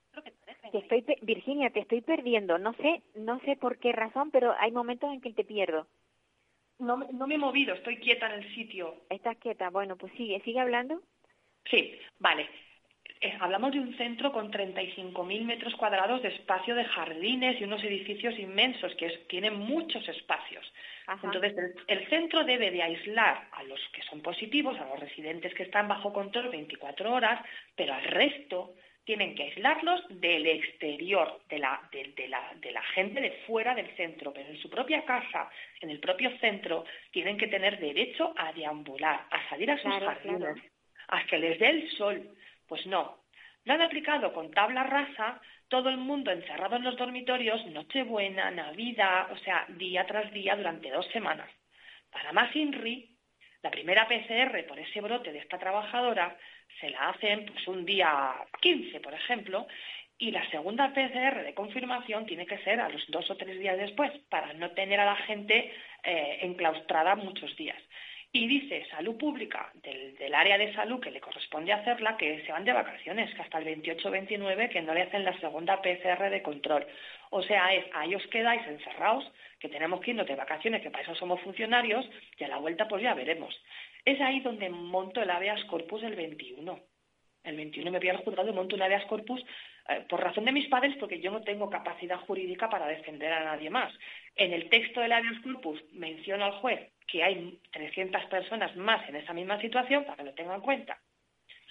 Virginia, te estoy perdiendo. No sé por qué razón, pero hay momentos en que te pierdo. No me he movido, estoy quieta en el sitio. Estás quieta. Bueno, pues sigue hablando. Sí, vale. Hablamos de un centro con 35.000 metros cuadrados de espacio de jardines y unos edificios inmensos que tienen muchos espacios. Ajá. Entonces, el centro debe de aislar a los que son positivos, a los residentes que están bajo control 24 horas, pero al resto tienen que aislarlos del exterior, de la gente de fuera del centro, pero en su propia casa, en el propio centro, tienen que tener derecho a deambular, a salir a sus jardines, a que les dé el sol. Pues no, lo han aplicado con tabla rasa, todo el mundo encerrado en los dormitorios, Nochebuena, Navidad, o sea, día tras día durante 2 semanas. Para más INRI, la primera PCR por ese brote de esta trabajadora se la hacen pues, un día 15, por ejemplo, y la segunda PCR de confirmación tiene que ser a los 2 o 3 días después, para no tener a la gente enclaustrada muchos días. Y dice Salud Pública, del área de salud que le corresponde hacerla, que se van de vacaciones, que hasta el 28-29 que no le hacen la segunda PCR de control. O sea, ahí os quedáis encerrados, que tenemos que irnos de vacaciones, que para eso somos funcionarios, y a la vuelta pues ya veremos. Es ahí donde monto el habeas corpus el 21. El 21 me voy al juzgado y monto un habeas corpus por razón de mis padres, porque yo no tengo capacidad jurídica para defender a nadie más. En el texto del habeas corpus menciona al juez que hay 300 personas más en esa misma situación, para que lo tengan en cuenta.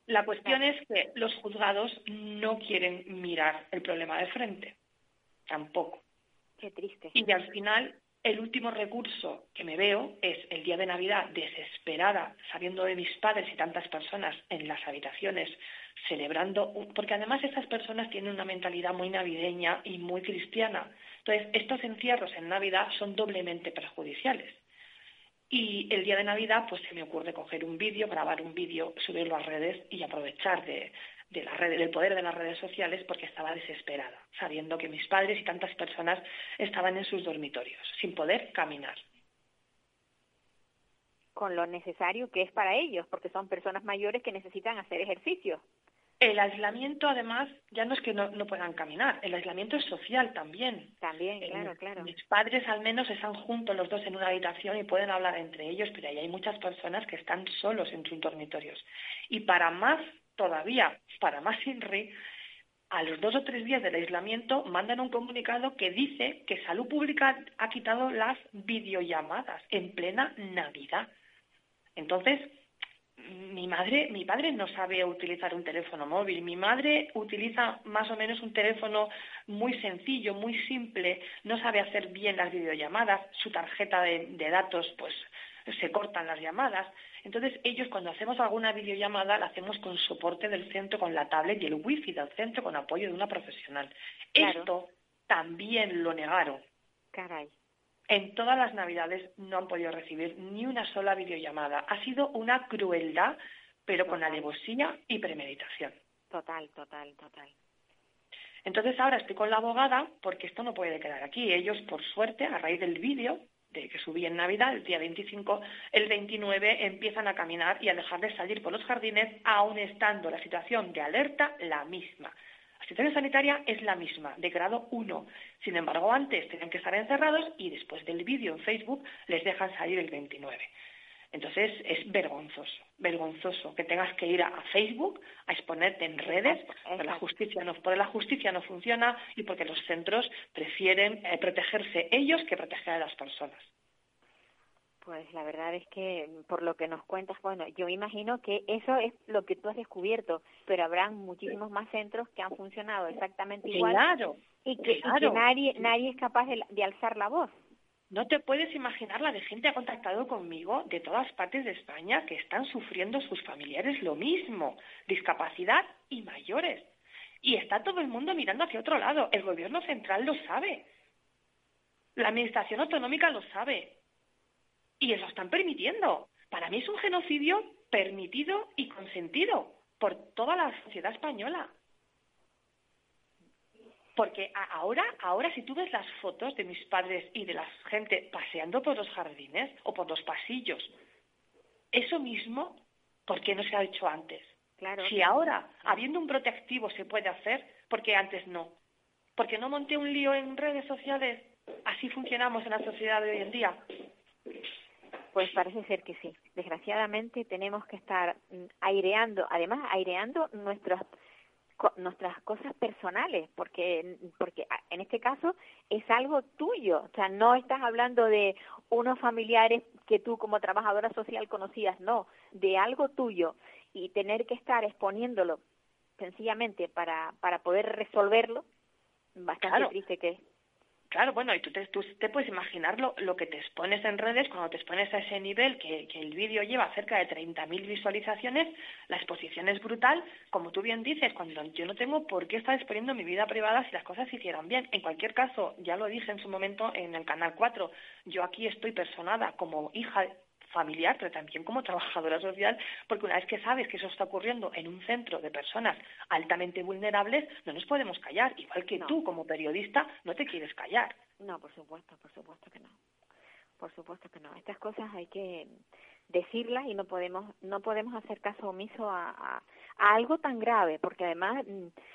La cuestión es que los juzgados no quieren mirar el problema de frente, tampoco. Qué triste. Y al final, el último recurso que me veo es el día de Navidad, desesperada, sabiendo de mis padres y tantas personas en las habitaciones, celebrando, porque además estas personas tienen una mentalidad muy navideña y muy cristiana. Entonces, estos encierros en Navidad son doblemente perjudiciales. Y el día de Navidad, pues se me ocurre coger un vídeo, grabar un vídeo, subirlo a redes y aprovechar del poder de las redes sociales, porque estaba desesperada, sabiendo que mis padres y tantas personas estaban en sus dormitorios, sin poder caminar. Con lo necesario que es para ellos, porque son personas mayores que necesitan hacer ejercicio. El aislamiento, además, ya no es que no puedan caminar, el aislamiento es social también. También, claro. Mis padres al menos están juntos los dos en una habitación y pueden hablar entre ellos, pero ahí hay muchas personas que están solos en sus dormitorios. Y para más INRI, a los 2 o 3 días del aislamiento mandan un comunicado que dice que Salud Pública ha quitado las videollamadas en plena Navidad. Entonces, mi padre no sabe utilizar un teléfono móvil. Mi madre utiliza más o menos un teléfono muy sencillo, muy simple. No sabe hacer bien las videollamadas. Su tarjeta de datos, pues, se cortan las llamadas. Entonces, ellos cuando hacemos alguna videollamada la hacemos con soporte del centro, con la tablet y el wifi del centro, con apoyo de una profesional. Claro. Esto también lo negaron. Caray. En todas las Navidades no han podido recibir ni una sola videollamada. Ha sido una crueldad, pero con alevosía y premeditación. Total. Entonces ahora estoy con la abogada porque esto no puede quedar aquí. Ellos, por suerte, a raíz del vídeo que subí en Navidad, el día 25, el 29 empiezan a caminar y a dejar de salir por los jardines, aun estando la situación de alerta la misma. La situación sanitaria es la misma, de grado 1. Sin embargo, antes tenían que estar encerrados y después del vídeo en Facebook les dejan salir el 29. Entonces es vergonzoso que tengas que ir a Facebook a exponerte en redes, porque la justicia no funciona y porque los centros prefieren protegerse ellos que proteger a las personas. Pues la verdad es que, por lo que nos cuentas, bueno, yo me imagino que eso es lo que tú has descubierto, pero habrán muchísimos más centros que han funcionado exactamente igual. Claro, y que nadie es capaz de alzar la voz. No te puedes imaginar la de gente que ha contactado conmigo de todas partes de España que están sufriendo sus familiares lo mismo, discapacidad y mayores. Y está todo el mundo mirando hacia otro lado. El gobierno central lo sabe. La administración autonómica lo sabe. Y lo están permitiendo. Para mí es un genocidio permitido y consentido por toda la sociedad española. Porque ahora si tú ves las fotos de mis padres y de la gente paseando por los jardines o por los pasillos, eso mismo, ¿por qué no se ha hecho antes? Claro. Si ahora, habiendo un brote activo, se puede hacer, ¿por qué antes no? ¿Por qué no monté un lío en redes sociales? ¿Así funcionamos en la sociedad de hoy en día? Pues parece ser que sí. Desgraciadamente tenemos que estar aireando nuestras cosas personales, porque en este caso es algo tuyo, o sea, no estás hablando de unos familiares que tú como trabajadora social conocías, no, de algo tuyo, y tener que estar exponiéndolo sencillamente para poder resolverlo, bastante triste que es. Claro, bueno, y tú te puedes imaginar lo que te expones en redes cuando te expones a ese nivel, que el vídeo lleva cerca de 30.000 visualizaciones, la exposición es brutal, como tú bien dices, cuando yo no tengo por qué estar exponiendo mi vida privada si las cosas se hicieran bien. En cualquier caso, ya lo dije en su momento en el Canal 4, yo aquí estoy personada como hija familiar, pero también como trabajadora social, porque una vez que sabes que eso está ocurriendo en un centro de personas altamente vulnerables, no nos podemos callar, igual que tú como periodista no te quieres callar. No, por supuesto que no. Por supuesto que no. Estas cosas hay que decirlas y no podemos hacer caso omiso a algo tan grave, porque además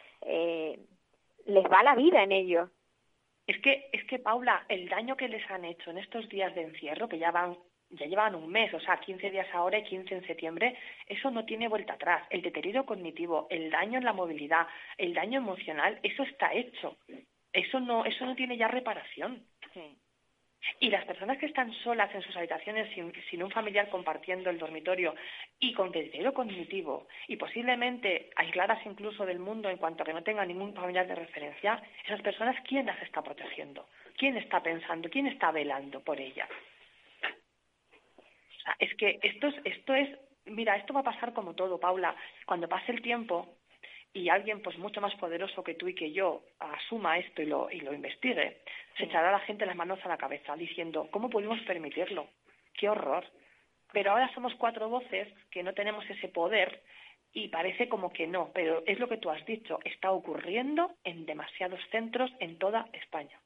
les va la vida en ello. Es que Paula, el daño que les han hecho en estos días de encierro, que ya llevaban un mes, o sea, 15 días ahora y 15 en septiembre, eso no tiene vuelta atrás. El deterioro cognitivo, el daño en la movilidad, el daño emocional, eso está hecho. Eso no tiene ya reparación. Sí. Y las personas que están solas en sus habitaciones sin un familiar compartiendo el dormitorio y con deterioro cognitivo y posiblemente aisladas incluso del mundo en cuanto a que no tengan ningún familiar de referencia, esas personas, ¿quién las está protegiendo? ¿Quién está pensando? ¿Quién está velando por ellas? O sea, es que esto es, mira, esto va a pasar como todo, Paula. Cuando pase el tiempo y alguien pues mucho más poderoso que tú y que yo asuma esto y lo investigue, se echará a la gente las manos a la cabeza diciendo, ¿cómo pudimos permitirlo? ¡Qué horror! Pero ahora somos 4 voces que no tenemos ese poder y parece como que no, pero es lo que tú has dicho, está ocurriendo en demasiados centros en toda España.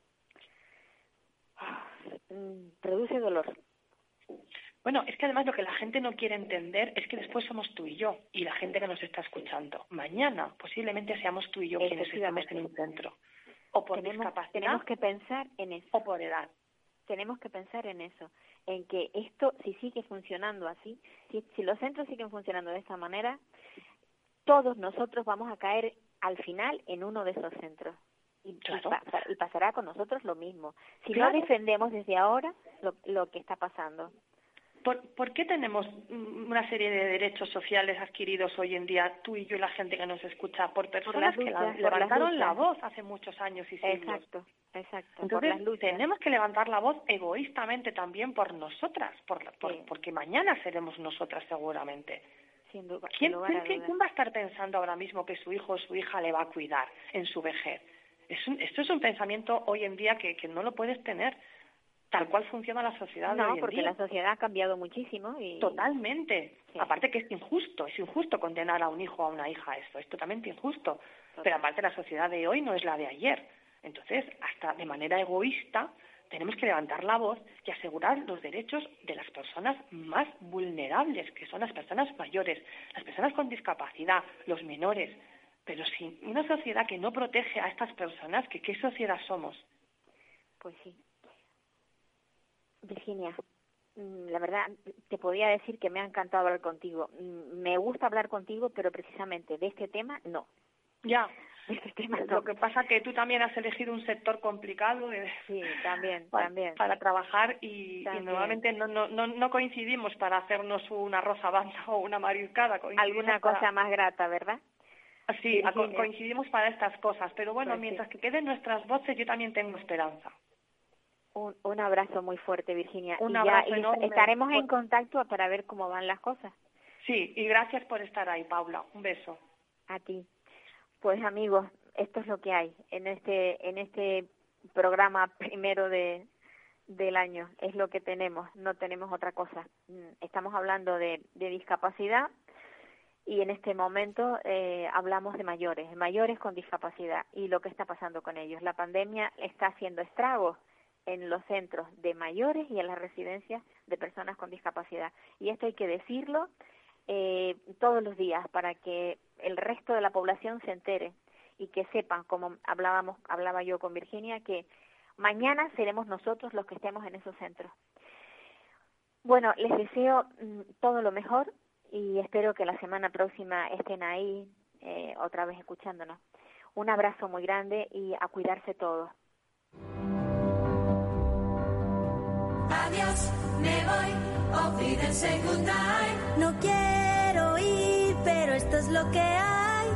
Produce dolor. Bueno, es que además lo que la gente no quiere entender es que después somos tú y yo y la gente que nos está escuchando. Mañana posiblemente seamos tú y yo quienes estamos en un centro. O por discapacidad. Tenemos que pensar en eso. O por edad. Tenemos que pensar en eso, en que esto, si sigue funcionando así, si los centros siguen funcionando de esta manera, todos nosotros vamos a caer al final en uno de esos centros. Y pasará con nosotros lo mismo. Si no defendemos desde ahora lo que está pasando. ¿Por qué tenemos una serie de derechos sociales adquiridos hoy en día, tú y yo y la gente que nos escucha, por personas que levantaron la voz hace muchos años y siglos? Exacto. Entonces, tenemos que levantar la voz egoístamente también por nosotras, porque mañana seremos nosotras seguramente. Sin duda. ¿Quién va a estar pensando ahora mismo que su hijo o su hija le va a cuidar en su vejez? Esto es un pensamiento hoy en día que no lo puedes tener. Tal cual funciona la sociedad de hoy en día. No, porque la sociedad ha cambiado muchísimo. Totalmente. Sí. Aparte que es injusto condenar a un hijo o a una hija a esto, es totalmente injusto. Total. Pero aparte la sociedad de hoy no es la de ayer. Entonces, hasta de manera egoísta, tenemos que levantar la voz y asegurar los derechos de las personas más vulnerables, que son las personas mayores, las personas con discapacidad, los menores. Pero sin una sociedad que no protege a estas personas, ¿qué sociedad somos? Pues sí. Virginia, la verdad, te podría decir que me ha encantado hablar contigo. Me gusta hablar contigo, pero precisamente de este tema, no. Ya, de este tema no. Lo que pasa que tú también has elegido un sector complicado sí, también. Para trabajar y normalmente no coincidimos para hacernos una rosa banda o una mariscada. Alguna cosa más grata, ¿verdad? Sí, coincidimos para estas cosas. Pero bueno, pues mientras que queden nuestras voces, yo también tengo esperanza. Un abrazo muy fuerte, Virginia. Un abrazo enorme. Estaremos en contacto para ver cómo van las cosas. Sí, y gracias por estar ahí, Paula. Un beso. A ti. Pues amigos, esto es lo que hay en este programa primero del año. Es lo que tenemos, no tenemos otra cosa. Estamos hablando de discapacidad y en este momento hablamos de mayores con discapacidad y lo que está pasando con ellos. La pandemia está haciendo estragos en los centros de mayores y en las residencias de personas con discapacidad. Y esto hay que decirlo todos los días para que el resto de la población se entere y que sepan, como hablaba yo con Virginia, que mañana seremos nosotros los que estemos en esos centros. Bueno, les deseo todo lo mejor y espero que la semana próxima estén ahí otra vez escuchándonos. Un abrazo muy grande y a cuidarse todos. Adiós, me voy, auf Wiedersehen, good night. No quiero ir, pero esto es lo que hay.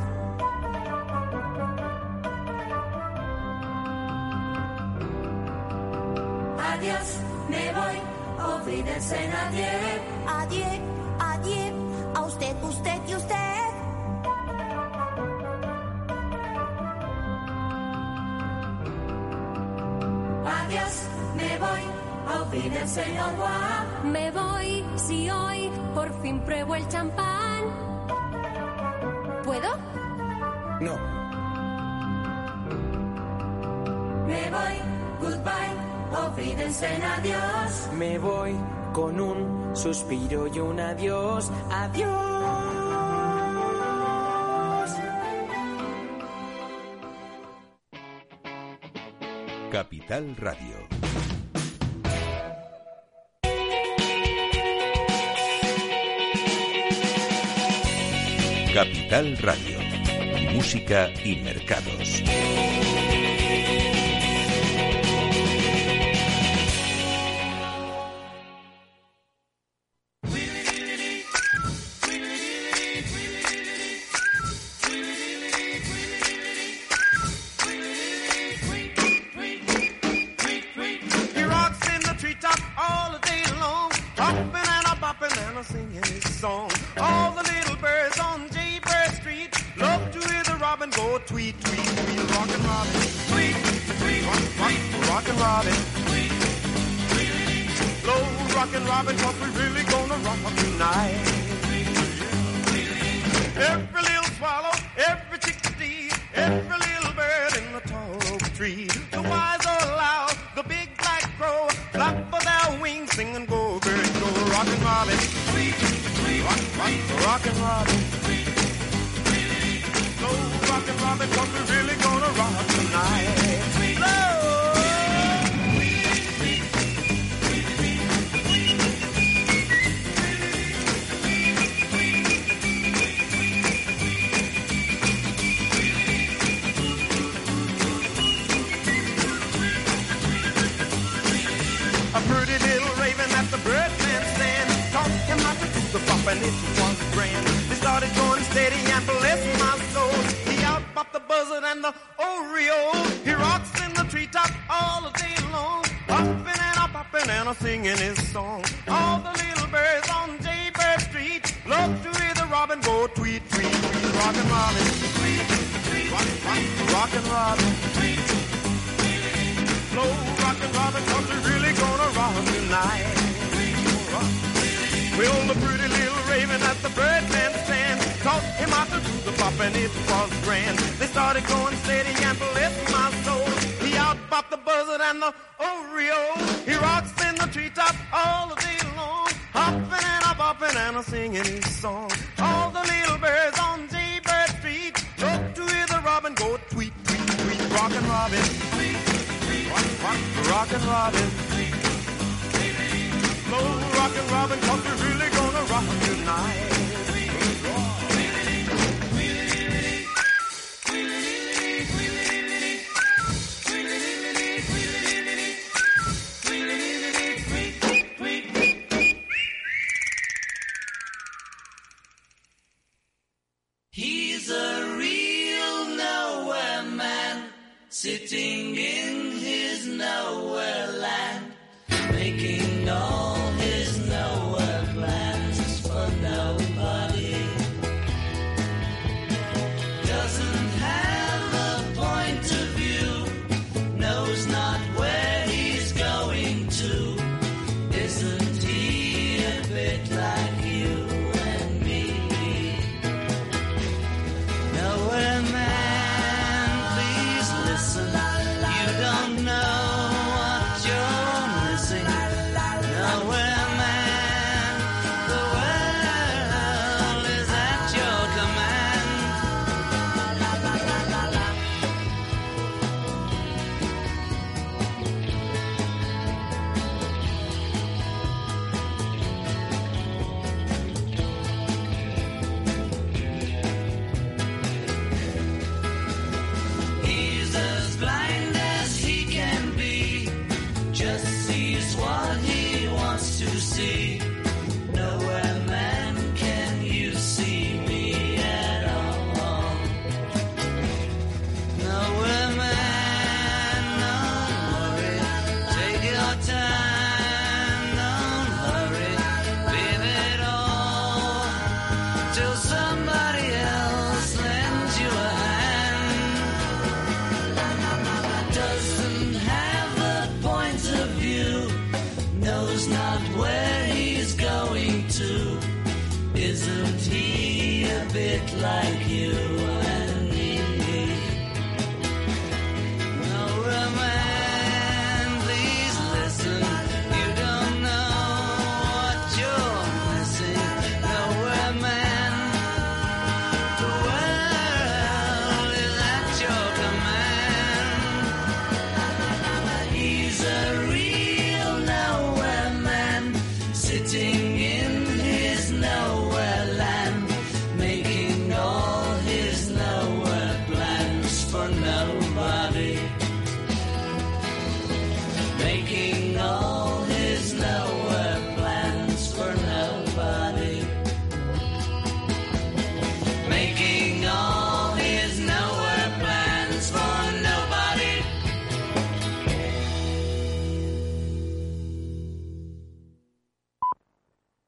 Adiós, me voy, auf Wiedersehen, adieu. Adieu, adieu, a usted, usted y usted. Adiós, me voy. Auf Wiedersehen, au revoir. Me voy, si hoy por fin pruebo el champán. ¿Puedo? No. Me voy, goodbye, auf Wiedersehen, adiós. Me voy con un suspiro y un adiós, adiós. Capital Radio. Capital Radio. Música y mercados. go tweet, tweet, tweet, rockin' Robin. Tweet, tweet, rockin' Robin. Slow rockin' Robin, 'cause we really gonna rock tonight. Every little swallow, every chickadee, every little bird in the tall oak tree. The wise or loud, the big black crow, flap of their wings, sing and go, bird, go, rockin' Robin. Rockin' Robin. Slow rockin' Robin, 'cause we're really gonna rock tonight. A pretty little raven at the birdman stand taught him how to do the bop, and it was grand. They started going steady and bless my soul. He out-bopped the buzzard and the oriole. He rocks in the treetop all the day long, hopping and a-popping and a-singing his song. All the little birds on Jaybird Street love to hear the robin go tweet, tweet, tweet, rockin' Robin. Tweet, tweet, rockin' Robin. Slow rockin' Robin, 'cause we're really gonna rock tonight. Well, the pretty little raven at the birdman stand taught him how to do the bop, and it was grand. They started going steady and bless my soul. He out-bopped the buzzard and the oriole. He rocks in the treetop all the day long, hopping and a-bopping and a-singing his song. All the little birds on Jaybird Street love to hear the robin go tweet, tweet, tweet, rockin' Robin. Rockin' Robin. Slow rockin' Robin, 'cause we're really gonna rock tonight. He's a real nowhere man, sitting in his nowhere land, making no